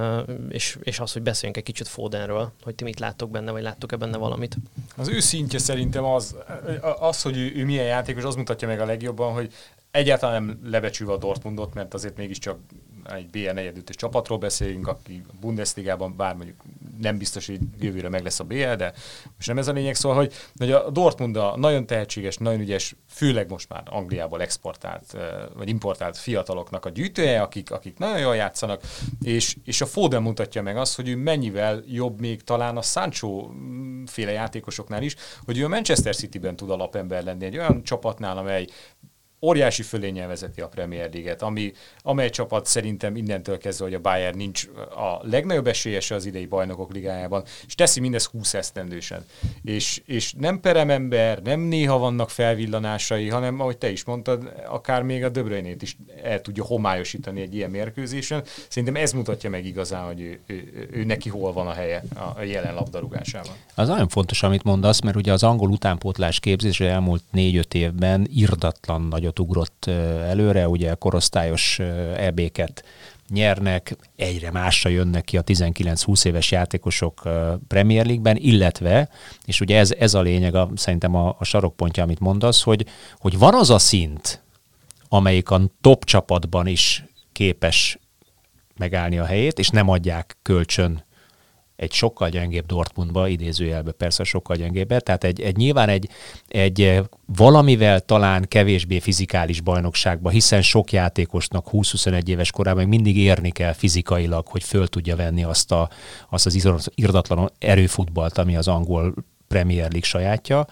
És az, hogy beszéljünk egy kicsit Fodenről, hogy ti mit láttok benne, vagy láttok-e benne valamit? Az ő szintje szerintem az hogy ő milyen játékos, az mutatja meg a legjobban, hogy egyáltalán nem lebecsülve a Dortmundot, mert azért mégiscsak egy BL 4-5-ös csapatról beszélünk, aki a Bundesligában, bár mondjuk nem biztos, hogy jövőre meg lesz a BL, de most nem ez a lényeg. Szóval, hogy a Dortmund a nagyon tehetséges, nagyon ügyes, főleg most már Angliából exportált, vagy importált fiataloknak a gyűjtője, akik nagyon jól játszanak, és a Foden mutatja meg azt, hogy ő mennyivel jobb még talán a Sancho féle játékosoknál is, hogy ő a Manchester Cityben tud alapember lenni, egy olyan csapatnál, amely óriási fölénnyel vezeti a Premier League-et, amely csapat szerintem innentől kezdve, hogy a Bayern nincs a legnagyobb esélyese az idei bajnokok ligájában, és teszi mindezt 20 esztendősen. És nem peremember, nem néha vannak felvillanásai, hanem, ahogy te is mondtad, akár még a De Bruyne-t is el tudja homályosítani egy ilyen mérkőzésen. Szerintem ez mutatja meg igazán, hogy ő neki hol van a helye a jelen labdarúgásában. Az nagyon fontos, amit mondasz, mert ugye az angol utánpótlás képzés elmúlt 4-5 évben irdatlan nagyot ugrott előre, ugye korosztályos EB-ket nyernek, egyre másra jönnek ki a 19-20 éves játékosok Premier League-ben, illetve, és ugye ez a lényeg, szerintem a sarokpontja, amit mondasz, hogy van az a szint, amelyik a top csapatban is képes megállni a helyét, és nem adják kölcsön egy sokkal gyengébb Dortmundba, idézőjelbe persze sokkal gyengébbbe, tehát nyilván egy valamivel talán kevésbé fizikális bajnokságba, hiszen sok játékosnak 20-21 éves korában még mindig érni kell fizikailag, hogy föl tudja venni azt az irdatlan erőfutballt, ami az angol Premier League sajátja.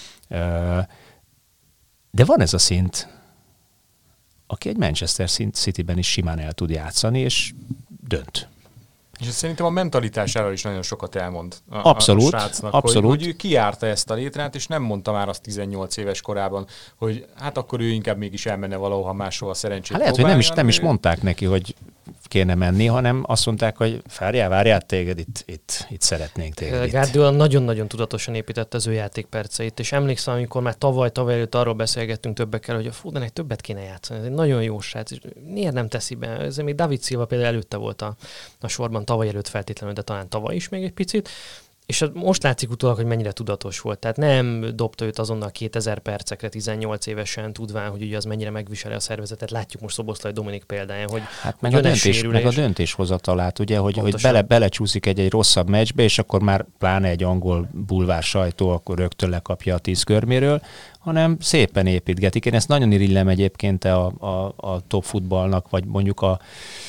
De van ez a szint, aki egy Manchester Cityben is simán el tud játszani, és dönt. És szerintem a mentalitásáról is nagyon sokat elmond a srácnak, abszolút. Hogy ő kijárta ezt a létrát, és nem mondta már azt 18 éves korában, hogy hát akkor ő inkább mégis elmenne valahol máshol a szerencsét. Hát lehet, hogy nem is mondták neki, hogy kéne menni, hanem azt mondták, hogy várjál, téged itt szeretnénk téged. Guardiola nagyon-nagyon tudatosan építette az ő játékperceit, és emlékszem, amikor már tavaly előtt arról beszélgettünk többekkel, hogy a Fodennek többet kéne játszani. Ez egy nagyon jó srác, és miért nem teszi be? Ez még David Silva például előtte volt a sorban, tavaly előtt feltétlenül, de talán tavaly is még egy picit. És most látszik utólag, hogy mennyire tudatos volt. Tehát nem dobta őt azonnal 2000 percekre 18 évesen, tudván, hogy ugye az mennyire megviseli a szervezetet. Látjuk most Szoboszlai Dominik példáján, hogy hát meg a döntéshozatalát, ugye, hogy belecsúszik egy rosszabb meccsbe, és akkor már pláne egy angol bulvár sajtó akkor rögtön lekapja a 10 körméről, hanem szépen építgetik. Én ezt nagyon irigylem egyébként a top futballnak, vagy mondjuk a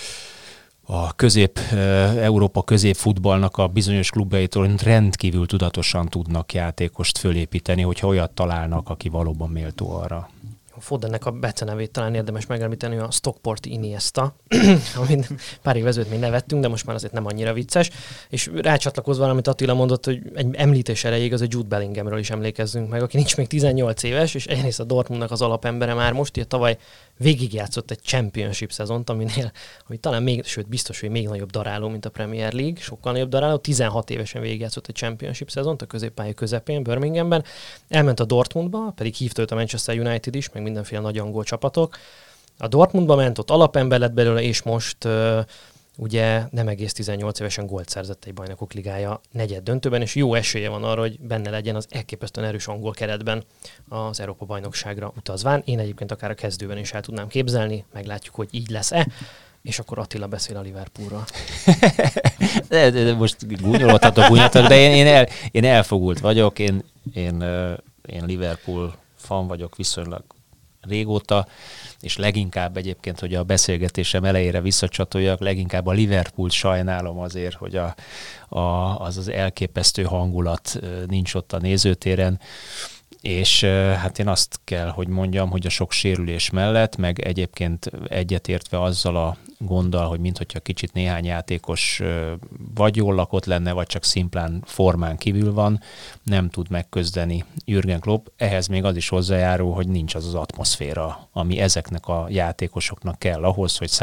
Európa középfutballnak a bizonyos klubjaitól rendkívül tudatosan tudnak játékost fölépíteni, hogyha olyat találnak, aki valóban méltó arra. Fodennek a becenevét talán érdemes megemlíteni, a Stockporti Iniesta, amit pár év ezelőtt még nevettünk, de most már azért nem annyira vicces. És rácsatlakozva, amit Attila mondott, hogy egy említés erejéig az a Jude Bellinghamről is emlékezzünk meg, aki nincs még 18 éves, és egyrészt a Dortmundnak az alapembere már most, ugye tavaly végigjátszott egy championship szezont, ami talán még, sőt biztos, hogy még nagyobb daráló, mint a Premier League, sokkal nagyobb daráló, 16 évesen végigjátszott egy championship szezont a középpálya közepén, Birminghamben, elment a Dortmundba, pedig hívta őt a Manchester United is, meg mindenféle nagy angol csapatok. A Dortmundba ment, ott alapember lett belőle, és most ugye nem egész 18 évesen gólt szerzett egy bajnokok ligája negyed döntőben, és jó esélye van arra, hogy benne legyen az elképesztően erős angol keretben az Európa bajnokságra utazván. Én egyébként akár a kezdőben is el tudnám képzelni, meglátjuk, hogy így lesz-e, és akkor Attila beszél a Liverpoolról. de most gúnyolhatok, de én elfogult vagyok, én Liverpool fan vagyok viszonylag régóta, és leginkább egyébként, hogy a beszélgetésem elejére visszacsatoljak, leginkább a Liverpoolt sajnálom azért, hogy az elképesztő hangulat nincs ott a nézőtéren. És hát én azt kell, hogy mondjam, hogy a sok sérülés mellett, meg egyébként egyetértve azzal a gonddal, hogy minthogyha kicsit néhány játékos vagy jól lakott lenne, vagy csak szimplán formán kívül van, nem tud megközdeni Jürgen Klopp. Ehhez még az is hozzájárul, hogy nincs az az atmoszféra, ami ezeknek a játékosoknak kell ahhoz, hogy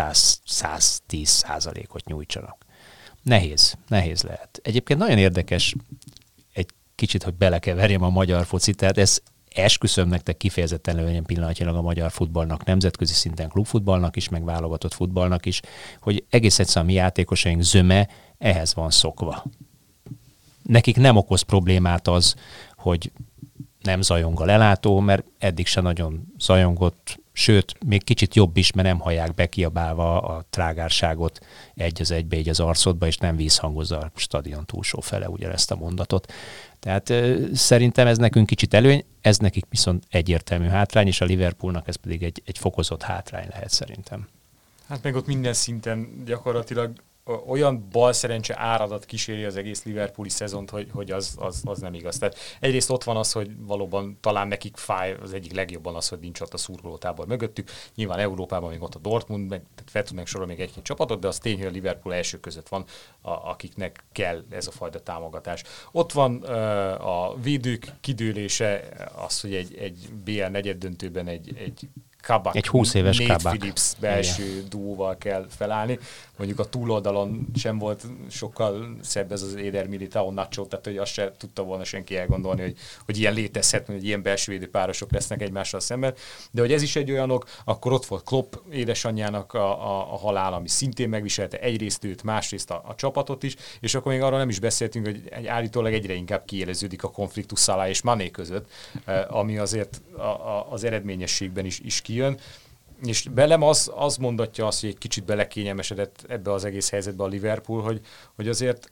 110%-ot nyújtsanak. Nehéz lehet. Egyébként nagyon érdekes egy kicsit, hogy belekeverjem a magyar focit, tehát ez esküszöm nektek kifejezetten előnyen pillanatnyilag a magyar futballnak, nemzetközi szinten klubfutballnak is, meg válogatott futballnak is, hogy egész egyszerűen mi játékosaink zöme ehhez van szokva. Nekik nem okoz problémát az, hogy nem zajong a lelátó, mert eddig se nagyon zajongott, sőt, még kicsit jobb is, mert nem hallják bekiabálva a trágárságot egy az egybe, így az arcodba, és nem vízhangozza a stadion túlsó fele ugyanezt a mondatot. Tehát szerintem ez nekünk kicsit előny, ez nekik viszont egyértelmű hátrány, és a Liverpoolnak ez pedig egy fokozott hátrány lehet szerintem. Hát meg ott minden szinten gyakorlatilag olyan balszerencse áradat kíséri az egész liverpooli szezont, hogy az nem igaz. Tehát egyrészt ott van az, hogy valóban talán nekik fáj az egyik legjobban az, hogy nincs ott a szurkolótábor mögöttük. Nyilván Európában még ott a Dortmund, tehát fel tudnak sorolni még egy-két csapatot, de az tény, hogy a Liverpool első között van, akiknek kell ez a fajta támogatás. Ott van a védők kidőlése, az, hogy egy BL negyeddöntőben egy Kabak, egy 20 éves Nate Kabak. Phillips belső duóval kell felállni. Mondjuk a túloldalon sem volt sokkal szebb ez az Eder Militao Nacho, tehát hogy azt se tudta volna senki elgondolni, hogy ilyen létezhet, hogy ilyen belső védőpárosok lesznek egymással szemben. De hogy ez is egy olyanok, akkor ott volt Klopp édesanyjának a halál, ami szintén megviselte egyrészt őt, másrészt a csapatot is, és akkor még arról nem is beszéltünk, hogy állítólag egyre inkább kiéleződik a konfliktus Salah és Mané között, ami azért az eredményességben is kijön. És belem az mondatja azt, hogy egy kicsit belekényelmesedett ebbe az egész helyzetbe a Liverpool, hogy azért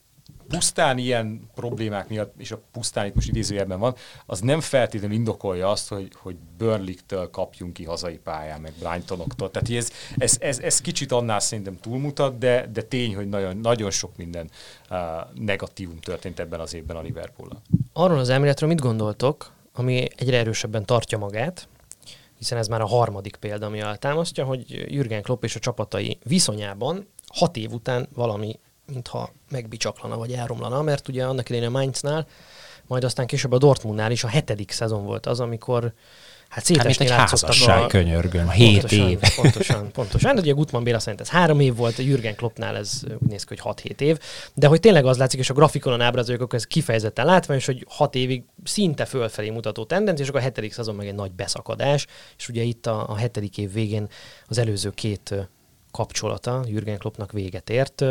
pusztán ilyen problémák miatt, és a pusztán itt most idézőjelben van, az nem feltétlenül indokolja azt, hogy Burnley-től kapjunk ki hazai pályán, meg Brightonoktól. Tehát ez kicsit annál szerintem túlmutat, de tény, hogy nagyon, nagyon sok minden negatívum történt ebben az évben a Liverpool-al. Arról az elméletről mit gondoltok, ami egyre erősebben tartja magát, hiszen ez már a harmadik példa, ami alátámasztja, hogy Jürgen Klopp és a csapatai viszonyában 6 év után valami, mintha megbicsaklana vagy elromlana, mert ugye annak idején a Mainznál, majd aztán később a Dortmundnál is a 7. szezon volt az, amikor hát szétesni látszottak könyörgöm, 7 év. Pontosan. Ugye Gutmann Béla szerint ez 3 év volt, a Jürgen Kloppnál ez úgy néz ki, hogy 6-7 év, de hogy tényleg az látszik, és a grafikonon ábrázoljuk, akkor ez kifejezetten látványos, hogy 6 évig szinte fölfelé mutató tendencia, és akkor a 7. szezon meg egy nagy beszakadás, és ugye itt a 7. év végén az előző 2 kapcsolata Jürgen Kloppnak véget ért.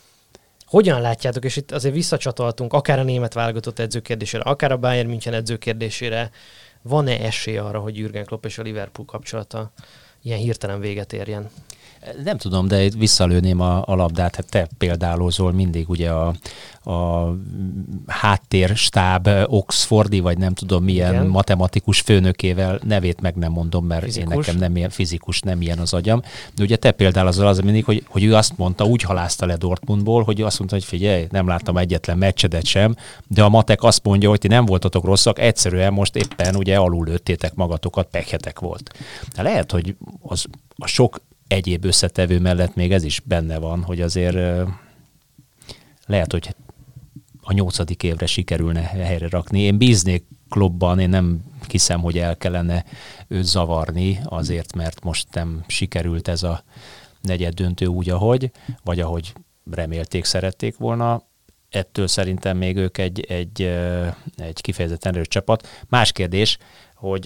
Hogyan látjátok, és itt azért visszacsatoltunk akár a német válogatott edzőkérdésére, akár a Bayern München edzőkérdésére, van-e esély arra, hogy Jürgen Klopp és a Liverpool kapcsolata ilyen hirtelen véget érjen? Nem tudom, de itt visszalőném a labdát. Hát te példálózol mindig ugye a háttérstáb Oxfordi, vagy nem tudom milyen igen. matematikus főnökével, nevét meg nem mondom, mert fizikus. Én nekem nem ilyen fizikus, nem ilyen az agyam. De ugye te példálózol az mindig, hogy ő azt mondta, úgy halázta le Dortmundból, hogy azt mondta, hogy figyelj, nem láttam egyetlen meccsedet sem, de a matek azt mondja, hogy ti nem voltatok rosszak, egyszerűen most éppen ugye alul lőttétek magatokat, pekhetek volt. De lehet, hogy a sok egyéb összetevő mellett még ez is benne van, hogy azért lehet, hogy a 8. évre sikerülne helyre rakni. Én bíznék Kloppban, én nem hiszem, hogy el kellene őt zavarni azért, mert most nem sikerült ez a negyeddöntő úgy, vagy ahogy remélték, szerették volna. Ettől szerintem még ők egy kifejezetten erős csapat. Más kérdés, hogy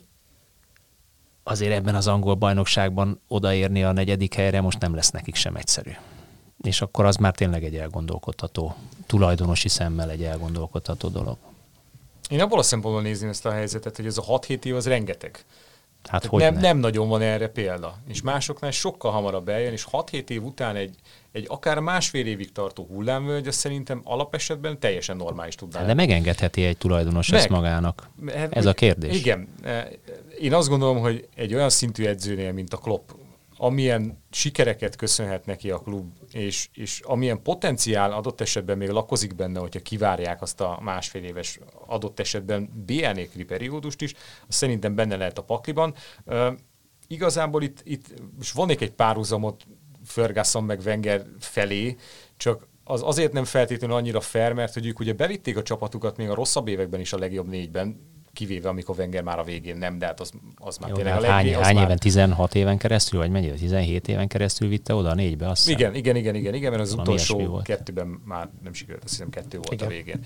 azért ebben az angol bajnokságban odaérni a 4. helyre most nem lesz nekik sem egyszerű. És akkor az már tényleg egy elgondolkodható, tulajdonosi szemmel egy elgondolkodható dolog. Én abból a szempontból nézném ezt a helyzetet, hogy ez a 6-7 év az rengeteg. Hát nem nagyon van erre példa. És másoknál sokkal hamarabb eljön, és 6-7 év után egy akár másfél évig tartó hullámvölgy, az szerintem alapesetben teljesen normális tudná. De megengedheti egy tulajdonos ezt magának? Ez a kérdés. Igen. Én azt gondolom, hogy egy olyan szintű edzőnél, mint a Klopp, amilyen sikereket köszönhet neki a klub, és amilyen potenciál adott esetben még lakozik benne, hogyha kivárják azt a másfél éves adott esetben BL nélküli periódust is, az szerintem benne lehet a pakliban. Igazából itt most vonnék egy párhuzamot Ferguson meg Wenger felé, csak az azért nem feltétlenül annyira fair, mert hogy ők ugye bevitték a csapatukat még a rosszabb években is a legjobb négyben, kivéve amikor Wenger már a végén nem, de hát az már tényleg a legjobb. Hány éven, 16 éven keresztül, vagy mennyire, 17 éven keresztül vitte oda a négybe? Azt igen, mert az utolsó kettőben már nem sikerült, azt hiszem 2 volt a végén.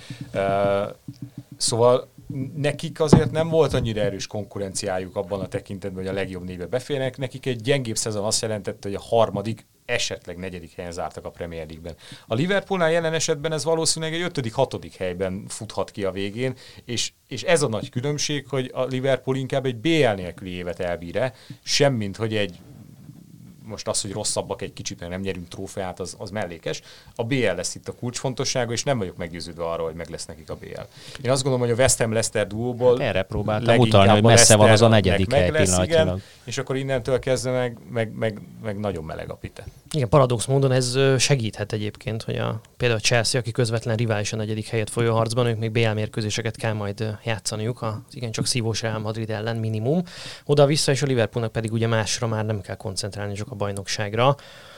Szóval nekik azért nem volt annyira erős konkurenciájuk abban a tekintetben, hogy a legjobb négybe beférnek. Nekik egy gyengébb szezon azt jelentette, hogy a harmadik, esetleg 4. helyen zártak a Premier League-ben. A Liverpoolnál jelen esetben ez valószínűleg egy 5.-6. helyben futhat ki a végén, és ez a nagy különbség, hogy a Liverpool inkább egy BL nélküli évet elbír-e, semmint, hogy egy most az, hogy rosszabbak egy kicsit, mert nem nyerünk trófeát, az mellékes. A BL lesz itt a kulcsfontossága, és nem vagyok meggyőződve arról, hogy meg lesz nekik a BL. Én azt gondolom, hogy a West Ham-Leicester duóból erre próbáltam utalni, hogy messze van az a 4. hely pillanatilag. És akkor innentől kezdve meg nagyon meleg a pite. Igen, paradox módon ez segíthet egyébként, hogy például a Chelsea, aki közvetlen rivális a 4. helyet folyó harcban, ők még BL mérkőzéseket kell majd játszaniuk, az igencsak szívós Real Madrid ellen minimum. Oda-vissza, és a Liverpoolnak pedig ugye másra már nem kell koncentrálni, csak a bajnokságra.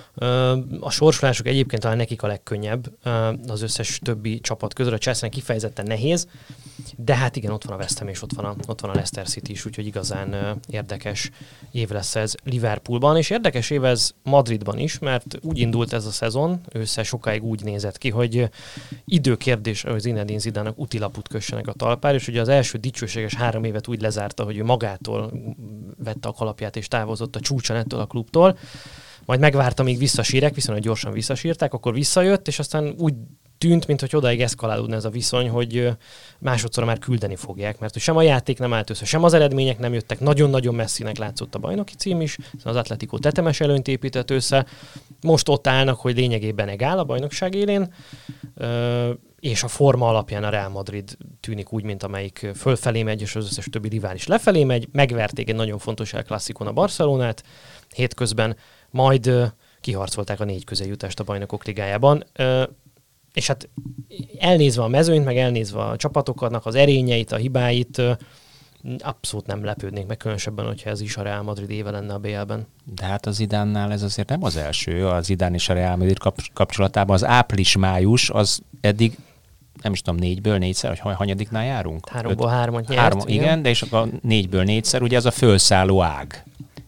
A sorsolások egyébként talán nekik a legkönnyebb az összes többi csapat közül. A Chelsea-nek kifejezetten nehéz, de hát igen, ott van a West Ham és ott van a Leicester City is, úgyhogy igazán érdekes év lesz ez Liverpoolban, és érdekes év ez Madridban is, mert úgy indult ez a szezon, ősszel sokáig úgy nézett ki, hogy időkérdés, hogy Zinedine Zidane-nak utilaput kössenek a talpára, és ugye az első dicsőséges 3 évet úgy lezárta, hogy ő magától vette a kalapját és távozott a csúcson ettől a klubtól, majd megvárta, míg visszasírek, viszonylag gyorsan visszasírták, akkor visszajött, és aztán úgy tűnt, mintha odáig eszkalálódna ez a viszony, hogy másodszor már küldeni fogják, mert sem a játék nem állt össze, sem az eredmények nem jöttek, nagyon-nagyon messzinek látszott a bajnoki cím is, az Atletico tetemes előnyt épített össze, most ott állnak, hogy lényegében egál a bajnokság élén, és a forma alapján a Real Madrid tűnik úgy, mint amelyik fölfelé megy, és az összes többi rivális lefelé megy, megverték egy nagyon fontos El Clasicón a Barcelonát hétközben, majd kiharcolták a 4 közéljutást a Bajnokok Ligájában. És hát elnézve a mezőnyt, meg elnézve a csapatoknak az erényeit, a hibáit, abszolút nem lepődnék meg, különösebben, hogyha ez is a Real Madrid éve lenne a BL-ben. De hát a Zidánnál ez azért nem az első, a Zidane és a Real Madrid kapcsolatában az április-május, az eddig nem is tudom, 4-ből 4-szer, vagy hanyadiknál járunk? 3-ból 3-at nyert. Igen, de és akkor 4-ből 4-szer, ugye ez a fölszálló ág.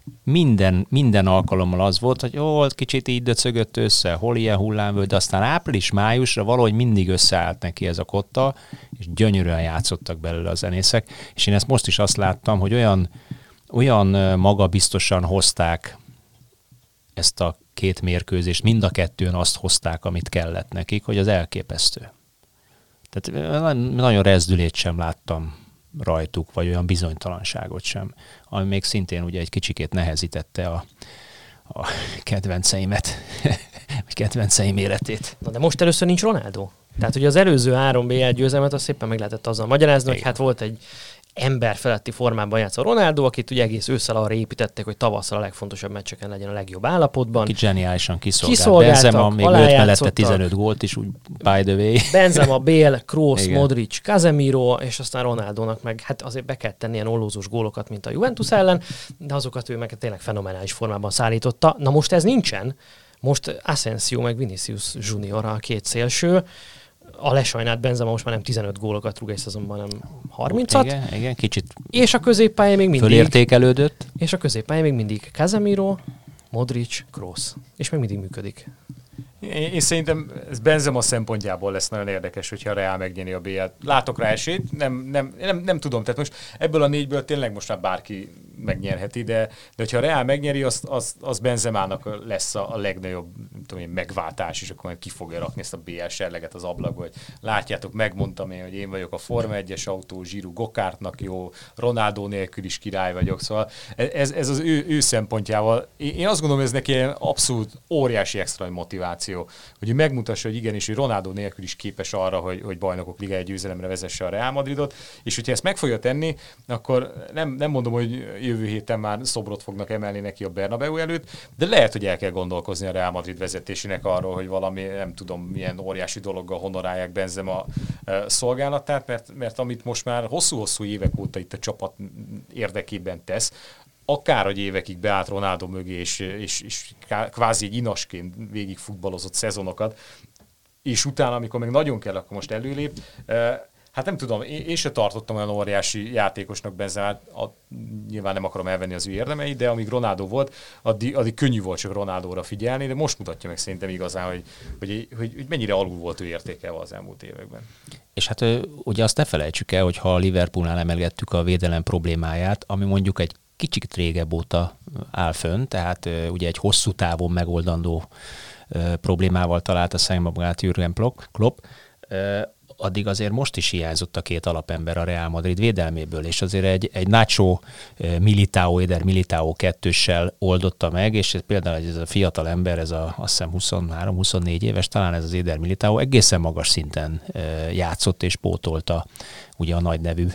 Minden alkalommal az volt, hogy kicsit így döcögött össze, hol ilyen hullámvölgy, de aztán április-májusra valahogy mindig összeállt neki ez a kotta, és gyönyörűen játszottak belőle a zenészek, és én ezt most is azt láttam, hogy olyan magabiztosan hozták ezt a 2 mérkőzést, mind a kettőn azt hozták, amit kellett nekik, hogy az elképesztő. Tehát nagyon rezdülét sem láttam rajtuk, vagy olyan bizonytalanságot sem, ami még szintén ugye egy kicsikét nehezítette a kedvenceimet, vagy kedvenceim életét. Na de most először nincs Ronaldo. Tehát ugye az előző 3 BL győzelmet azt szépen meg lehetett azzal magyarázni, hogy hát volt egy ember feletti formában játszó Ronaldo, akit ugye egész ősszel arra építettek, hogy tavasszal a legfontosabb meccseken legyen a legjobb állapotban. Akit zseniálisan kiszolgált. Benzema még lőtt mellette 15 gólt is, úgy by the way. Benzema, Bale, Kroos, Modric, Casemiro, és aztán Ronaldónak meg hát azért be kell tenni ilyen ollózós gólokat, mint a Juventus ellen, de azokat ő meg tényleg fenomenális formában szállította. Na most ez nincsen. Most Asensio meg Vinicius Junior a 2 szélső. A lesajnált Benzema most már nem 15 gólokat rúg egy szezonban, hanem 30-at. Igen, kicsit és a középpálya még mindig fölértékelődött. És a középpálya még mindig Casemiro, Modric, Kroos. És még mindig működik. Én szerintem ez Benzema szempontjából lesz nagyon érdekes, hogyha a Real megnyeri a BL-t. Látok rá esélyt, nem tudom. Tehát most ebből a 4-ből tényleg most már bárki megnyerheti, de hogyha a Real megnyeri, az Benzemának lesz a legnagyobb megváltás, és akkor ki fogja rakni ezt a BL serleget az ablakba, hogy látjátok, megmondtam én, hogy én vagyok a Forma 1-es autó, Giroud Gokártnak jó, Ronaldo nélkül is király vagyok, szóval ez az ő szempontjával. Én azt gondolom, ez neki egy abszolút óriási extra motiváció, motiváció, hogy ő megmutassa, hogy igenis, hogy Ronaldo nélkül is képes arra, hogy bajnokok ligája győzelemre vezesse a Real Madridot, és hogyha ezt meg fogja tenni, akkor nem mondom, hogy jövő héten már szobrot fognak emelni neki a Bernabeu előtt, de lehet, hogy el kell gondolkozni a Real Madrid vezetésének arról, hogy valami, nem tudom, milyen óriási dologgal honorálják Benzema szolgálatát, mert amit most már hosszú-hosszú évek óta itt a csapat érdekében tesz, akárhogy évekig beállt Ronaldo mögé, és kvázi egy inasként végig futballozott szezonokat, és utána, amikor meg nagyon kell, akkor most előlép. Hát nem tudom, én se tartottam olyan óriási játékosnak Benzemát, nyilván nem akarom elvenni az ő érdemeit, de amíg Ronaldo volt, addig könnyű volt csak Ronaldóra figyelni, de most mutatja meg szerintem igazán, hogy mennyire alul volt ő értékelve az elmúlt években. És hát ugye azt ne felejtsük el, hogy ha a Liverpoolnál emelgettük a védelem problémáját, ami mondjuk egy kicsit régebb óta áll fönn, tehát ugye egy hosszú távon megoldandó problémával találta szembe magát Jürgen Klopp, addig azért most is hiányzott a két alapember a Real Madrid védelméből, és azért egy Nacho Militao, Eder Militao kettőssel oldotta meg, és például ez a fiatal ember, ez azt hiszem 23-24 éves, talán ez az Eder Militao egészen magas szinten játszott és pótolta ugye a nagy nevű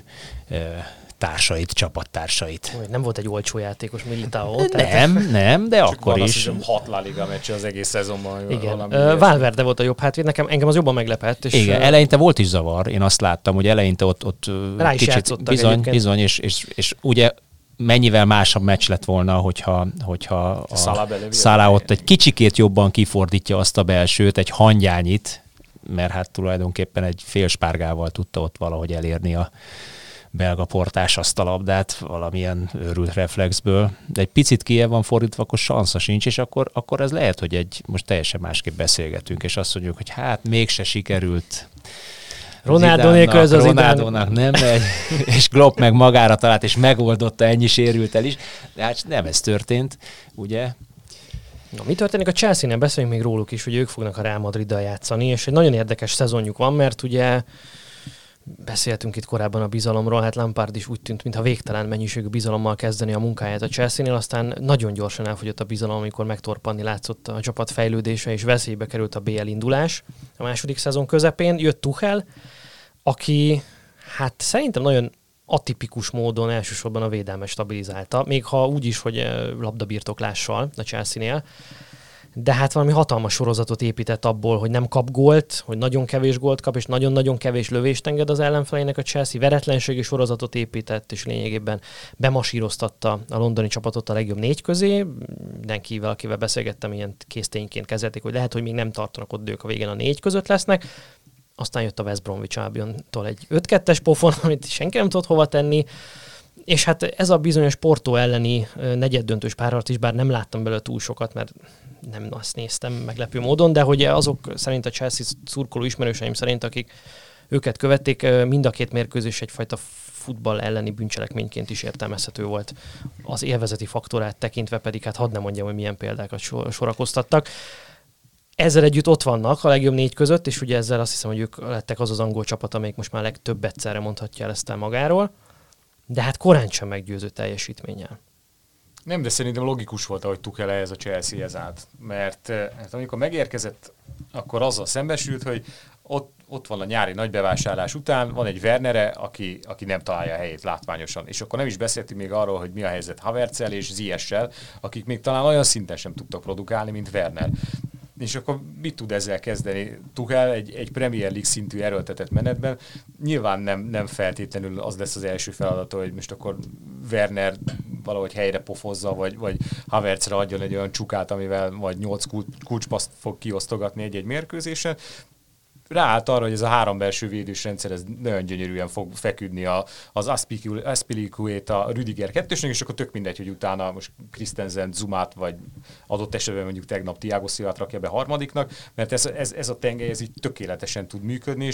társait, csapattársait. Nem volt egy olcsó játékos Militao. Nem, de csak akkor is. Csak 6 La Liga meccs az egész szezonban. Igen. Valverde volt a jobb hátvéd, engem az jobban meglepett. És igen, eleinte volt is zavar, én azt láttam, hogy eleinte ott rá is kicsit bizony, és ugye mennyivel másabb meccs lett volna, hogyha a Salah ott egy kicsikét jobban kifordítja azt a belsőt, egy hangyányit, mert hát tulajdonképpen egy fél spárgával tudta ott valahogy elérni a belga portás azt a labdát valamilyen őrült reflexből, de egy picit kijebb van fordítva, akkor sansza sincs, és akkor ez lehet, hogy most teljesen másképp beszélgetünk, és azt mondjuk, hogy hát mégse sikerült Ronaldo nélkül ez az Ronaldónak nem megy, és Klopp meg magára talált, és megoldotta, ennyi sérültel is, de hát nem ez történt, ugye? Na, mi történik a Chelsea-nél? Beszéljünk még róluk is, hogy ők fognak a Real Madriddal játszani, és egy nagyon érdekes szezonjuk van, mert ugye beszéltünk itt korábban a bizalomról, hát Lampard is úgy tűnt, mintha végtelen mennyiségű bizalommal kezdeni a munkáját a Chelsea-nél, aztán nagyon gyorsan elfogyott a bizalom, amikor megtorpanni látszott a csapat fejlődése, és veszélybe került a BL indulás. A második szezon közepén jött Tuchel, aki hát szerintem nagyon atipikus módon elsősorban a védelmet stabilizálta, még ha úgy is, hogy labdabirtoklással a Chelsea-nél, de hát valami hatalmas sorozatot épített abból, hogy nem kap gólt, hogy nagyon kevés gólt kap, és nagyon-nagyon kevés lövést enged az ellenfeleinek a Chelsea, veretlenségi sorozatot épített, és lényegében bemasíroztatta a londoni csapatot a legjobb 4 közé. Mindenkivel, akivel beszélgettem, ilyen késztényként kezelték, hogy lehet, hogy még nem tartanak ott ők a végén a 4 között lesznek. Aztán jött a West Bromwich Albiontól egy 5-2-es pofon, amit senki nem tudott hova tenni. És hát ez a bizonyos Porto elleni negyeddöntős párharc is, bár nem láttam belőle túl sokat, mert nem azt néztem meglepő módon, de hogy azok szerint a Chelsea szurkoló ismerőseim szerint, akik őket követték, mind a két mérkőzés egyfajta futball elleni bűncselekményként is értelmezhető volt. Az élvezeti faktorát tekintve pedig, hát hadd nem mondjam, hogy milyen példákat sorakoztattak. Ezzel együtt ott vannak a legjobb 4 között, és ugye ezzel azt hiszem, hogy ők lettek az angol csapat, amelyik most már legtöbb egyszerre mondhatja el ezt el magáról. De hát korán sem meggyőző teljesítménnyel. Nem, de szerintem logikus volt, ahogy Tuchel ehhez a Chelsea-hez állt. Mert amikor megérkezett, akkor azzal szembesült, hogy ott van a nyári nagybevásárlás után, van egy Wernere, aki nem találja a helyét látványosan. És akkor nem is beszéltünk még arról, hogy mi a helyzet Havertzel és Ziyech-sel, akik még talán olyan szinten sem tudtak produkálni, mint Werner. És akkor mit tud ezzel kezdeni Tuchel egy Premier League szintű erőltetett menetben? Nyilván nem feltétlenül az lesz az első feladata, hogy most akkor Werner valahogy helyre pofozza, vagy Havertzre adjon egy olyan csukát, amivel majd 8 kulcspaszt fog kiosztogatni egy-egy mérkőzésen. Ráállt arra, hogy ez a 3 belső védős rendszer ez nagyon gyönyörűen fog feküdni az Azpilicuét a Rüdiger 2-ösnek, és akkor tök mindegy, hogy utána most Christensen, Zumát, vagy adott esetben mondjuk tegnap Thiago Silvát rakja be harmadiknak, mert ez a tengely ez így tökéletesen tud működni,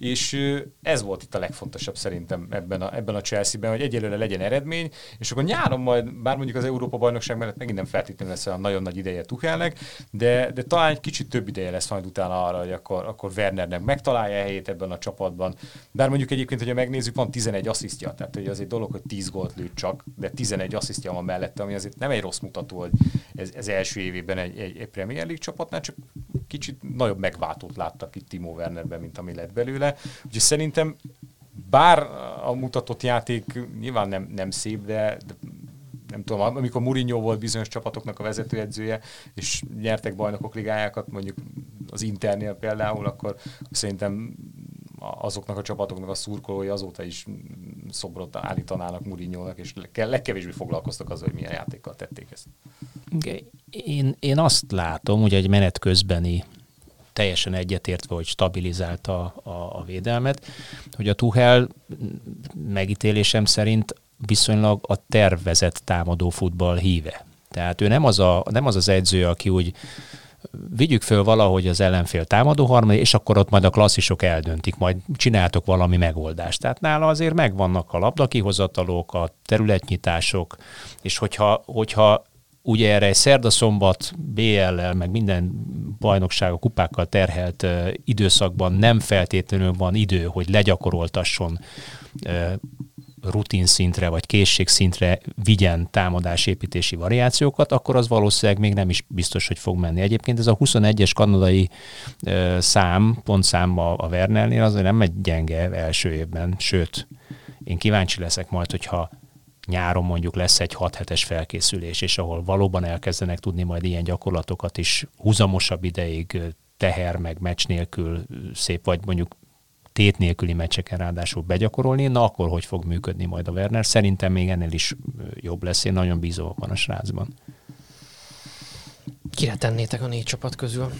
és ez volt itt a legfontosabb szerintem ebben a Chelsea-ben, hogy egyelőre legyen eredmény, és akkor nyáron majd, bár mondjuk az Európa-bajnokság mellett megint nem feltétlenül lesz olyan nagyon nagy ideje Tuchelnek, de talán egy kicsit több ideje lesz majd utána arra, hogy akkor Wernernek megtalálja a helyét ebben a csapatban. Bár mondjuk egyébként, hogyha megnézzük, van 11 asszisztja, tehát hogy az egy dolog, hogy 10 gólt lőtt csak, de 11 asszisztja van mellette, ami azért nem egy rossz mutató, hogy ez első évében egy Premier League csapatnál, csak kicsit nagyobb megváltót láttak itt Timo Wernerben, mint ami lett belőle. Úgyhogy szerintem bár a mutatott játék nyilván nem szép, de nem tudom, amikor Mourinho volt bizonyos csapatoknak a vezetőedzője, és nyertek bajnokok ligájákat, mondjuk az Internél például, akkor szerintem azoknak a csapatoknak a szurkolói azóta is szobrot állítanának Mourinhónak, és legkevésbé foglalkoztak azzal, hogy milyen játékkal tették ezt. Én azt látom, hogy egy menet közbeni teljesen egyetértve, hogy stabilizálta a védelmet, hogy a Tuchel megítélésem szerint viszonylag a tervezett támadó futball híve. Tehát ő nem az edző, aki úgy vigyük föl valahogy az ellenfél támadó harmad, és akkor ott majd a klasszisok eldöntik, majd csináltok valami megoldást. Tehát nála azért megvannak a labdakihozatalok, a területnyitások, és hogyha ugye erre egy szerda-szombat BL-lel, meg minden bajnokság a kupákkal terhelt időszakban nem feltétlenül van idő, hogy legyakoroltasson rutinszintre vagy készségszintre vigyen támadásépítési variációkat, akkor az valószínűleg még nem is biztos, hogy fog menni. Egyébként ez a 21-es kanadai pontszám a Wernernél azért nem egy gyenge első évben, sőt, én kíváncsi leszek majd, hogyha nyáron mondjuk lesz egy 6 hetes felkészülés, és ahol valóban elkezdenek tudni majd ilyen gyakorlatokat is húzamosabb ideig teher meg meccs nélkül szép, vagy mondjuk tét nélküli meccseken ráadásul begyakorolni, na akkor hogy fog működni majd a Werner? Szerintem még ennél is jobb lesz, én nagyon bízom van a srácban. Kire tennétek a 4 csapat közül?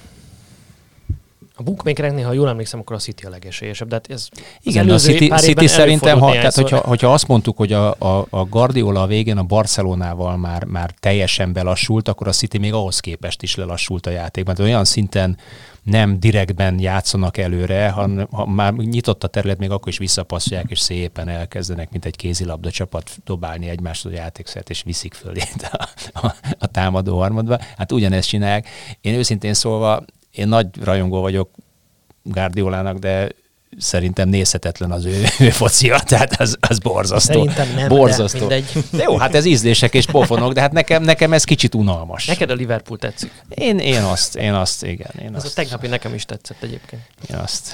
A bookmakereknél, ha jól emlékszem, akkor a City a legesélyesebb. De hát ez igen, a City szerintem, hogyha azt mondtuk, hogy a Guardiola a végén a Barcelonával már teljesen belassult, akkor a City még ahhoz képest is lelassult a játékban. De olyan szinten nem direktben játszanak előre, ha már nyitott a terület, még akkor is visszapasszolják, és szépen elkezdenek, mint egy kézilabda csapat dobálni egymást a játékszert, és viszik fölé a támadó harmadba. Hát ugyanezt csinálják. Én őszintén szólva, én nagy rajongó vagyok Guardiolának, de szerintem nézhetetlen az ő focia, tehát az borzasztó. Szerintem nem, borzasztó. de mindegy. De jó, hát ez ízlések és pofonok, de hát nekem ez kicsit unalmas. Neked a Liverpool tetszik? Én azt, igen. Ez a tegnapi nekem is tetszett egyébként. Én azt.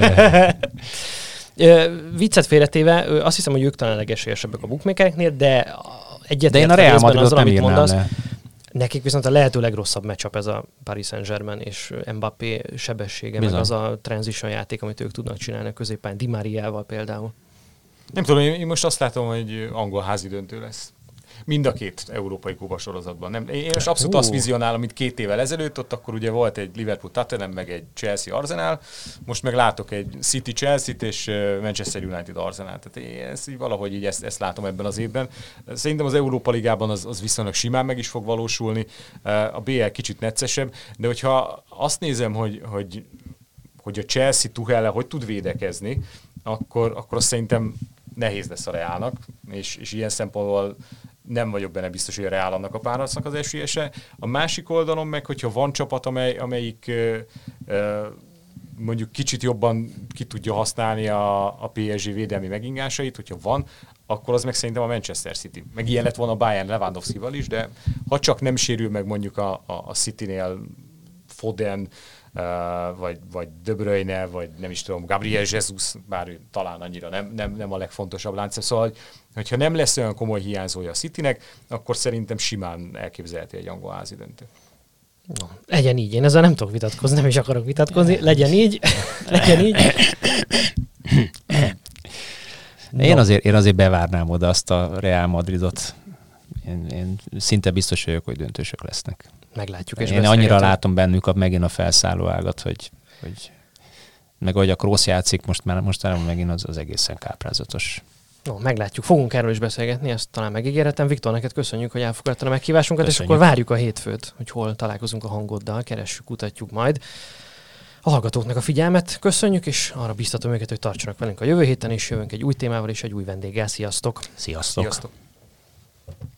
Viccet félretéve, azt hiszem, hogy ők talán legesélyesebbek a bookmakereknél, de de én a Real Madridot nem írnám le. Nekik viszont a lehető legrosszabb matchup ez a Paris Saint-Germain és Mbappé sebessége, bizony. Meg az a transition játék, amit ők tudnak csinálni a középpályán, Di Mariával például. Nem tudom, én most azt látom, hogy angol házi döntő lesz. Mind a két európai kupa sorozatban. Én most abszolút azt vizionálom, mint 2 évvel ezelőtt, ott akkor ugye volt egy Liverpool-Tottenham, meg egy Chelsea-Arsenal, most meg látok egy City-Chelsea-t és Manchester United-Arsenal. Tehát így valahogy így ezt látom ebben az évben. Szerintem az Európa Ligában az viszonylag simán meg is fog valósulni, a BL kicsit neccesebb, de hogyha azt nézem, hogy a Chelsea Tuchellel hogy tud védekezni, akkor azt szerintem nehéz lesz a Realnak, és ilyen szempontból nem vagyok benne biztos, hogy a Real annak a párharcnak az esélyese. A másik oldalon meg, hogyha van csapat, amelyik mondjuk kicsit jobban ki tudja használni a PSG védelmi megingásait, hogyha van, akkor az meg szerintem a Manchester City. Meg ilyen lett volna a Bayern Lewandowskival is, de ha csak nem sérül meg mondjuk a Citynél Foden, vagy De Bruyne, vagy nem is tudom, Gabriel Jesus, bár ő talán annyira nem a legfontosabb lánc. Szóval, hogyha nem lesz olyan komoly hiányzója a Citynek, akkor szerintem simán elképzelhető egy angol házi döntő. No, legyen így. Én ezzel nem tudok vitatkozni, nem is akarok vitatkozni. Legyen így. Legyen így. Én azért bevárnám oda azt a Real Madridot. Én szinte biztos vagyok, hogy döntősök lesznek. Meglátjuk. És én annyira látom bennük megint a felszálló ágat, hogy meg ahogy a Kroos játszik, most megint az egészen káprázatos. No, meglátjuk. Fogunk erről is beszélgetni, ezt talán megígérhetem. Viktor, neked köszönjük, hogy elfogadtad a meghívásunkat, köszönjük. És akkor várjuk a hétfőt, hogy hol találkozunk a hangoddal, keressük, kutatjuk majd. A hallgatóknak a figyelmet köszönjük, és arra biztatom őket, hogy tartsanak velünk a jövő héten, és jövünk egy új témával és egy új vendéggel. Sziasztok! Sziasztok! Sziasztok.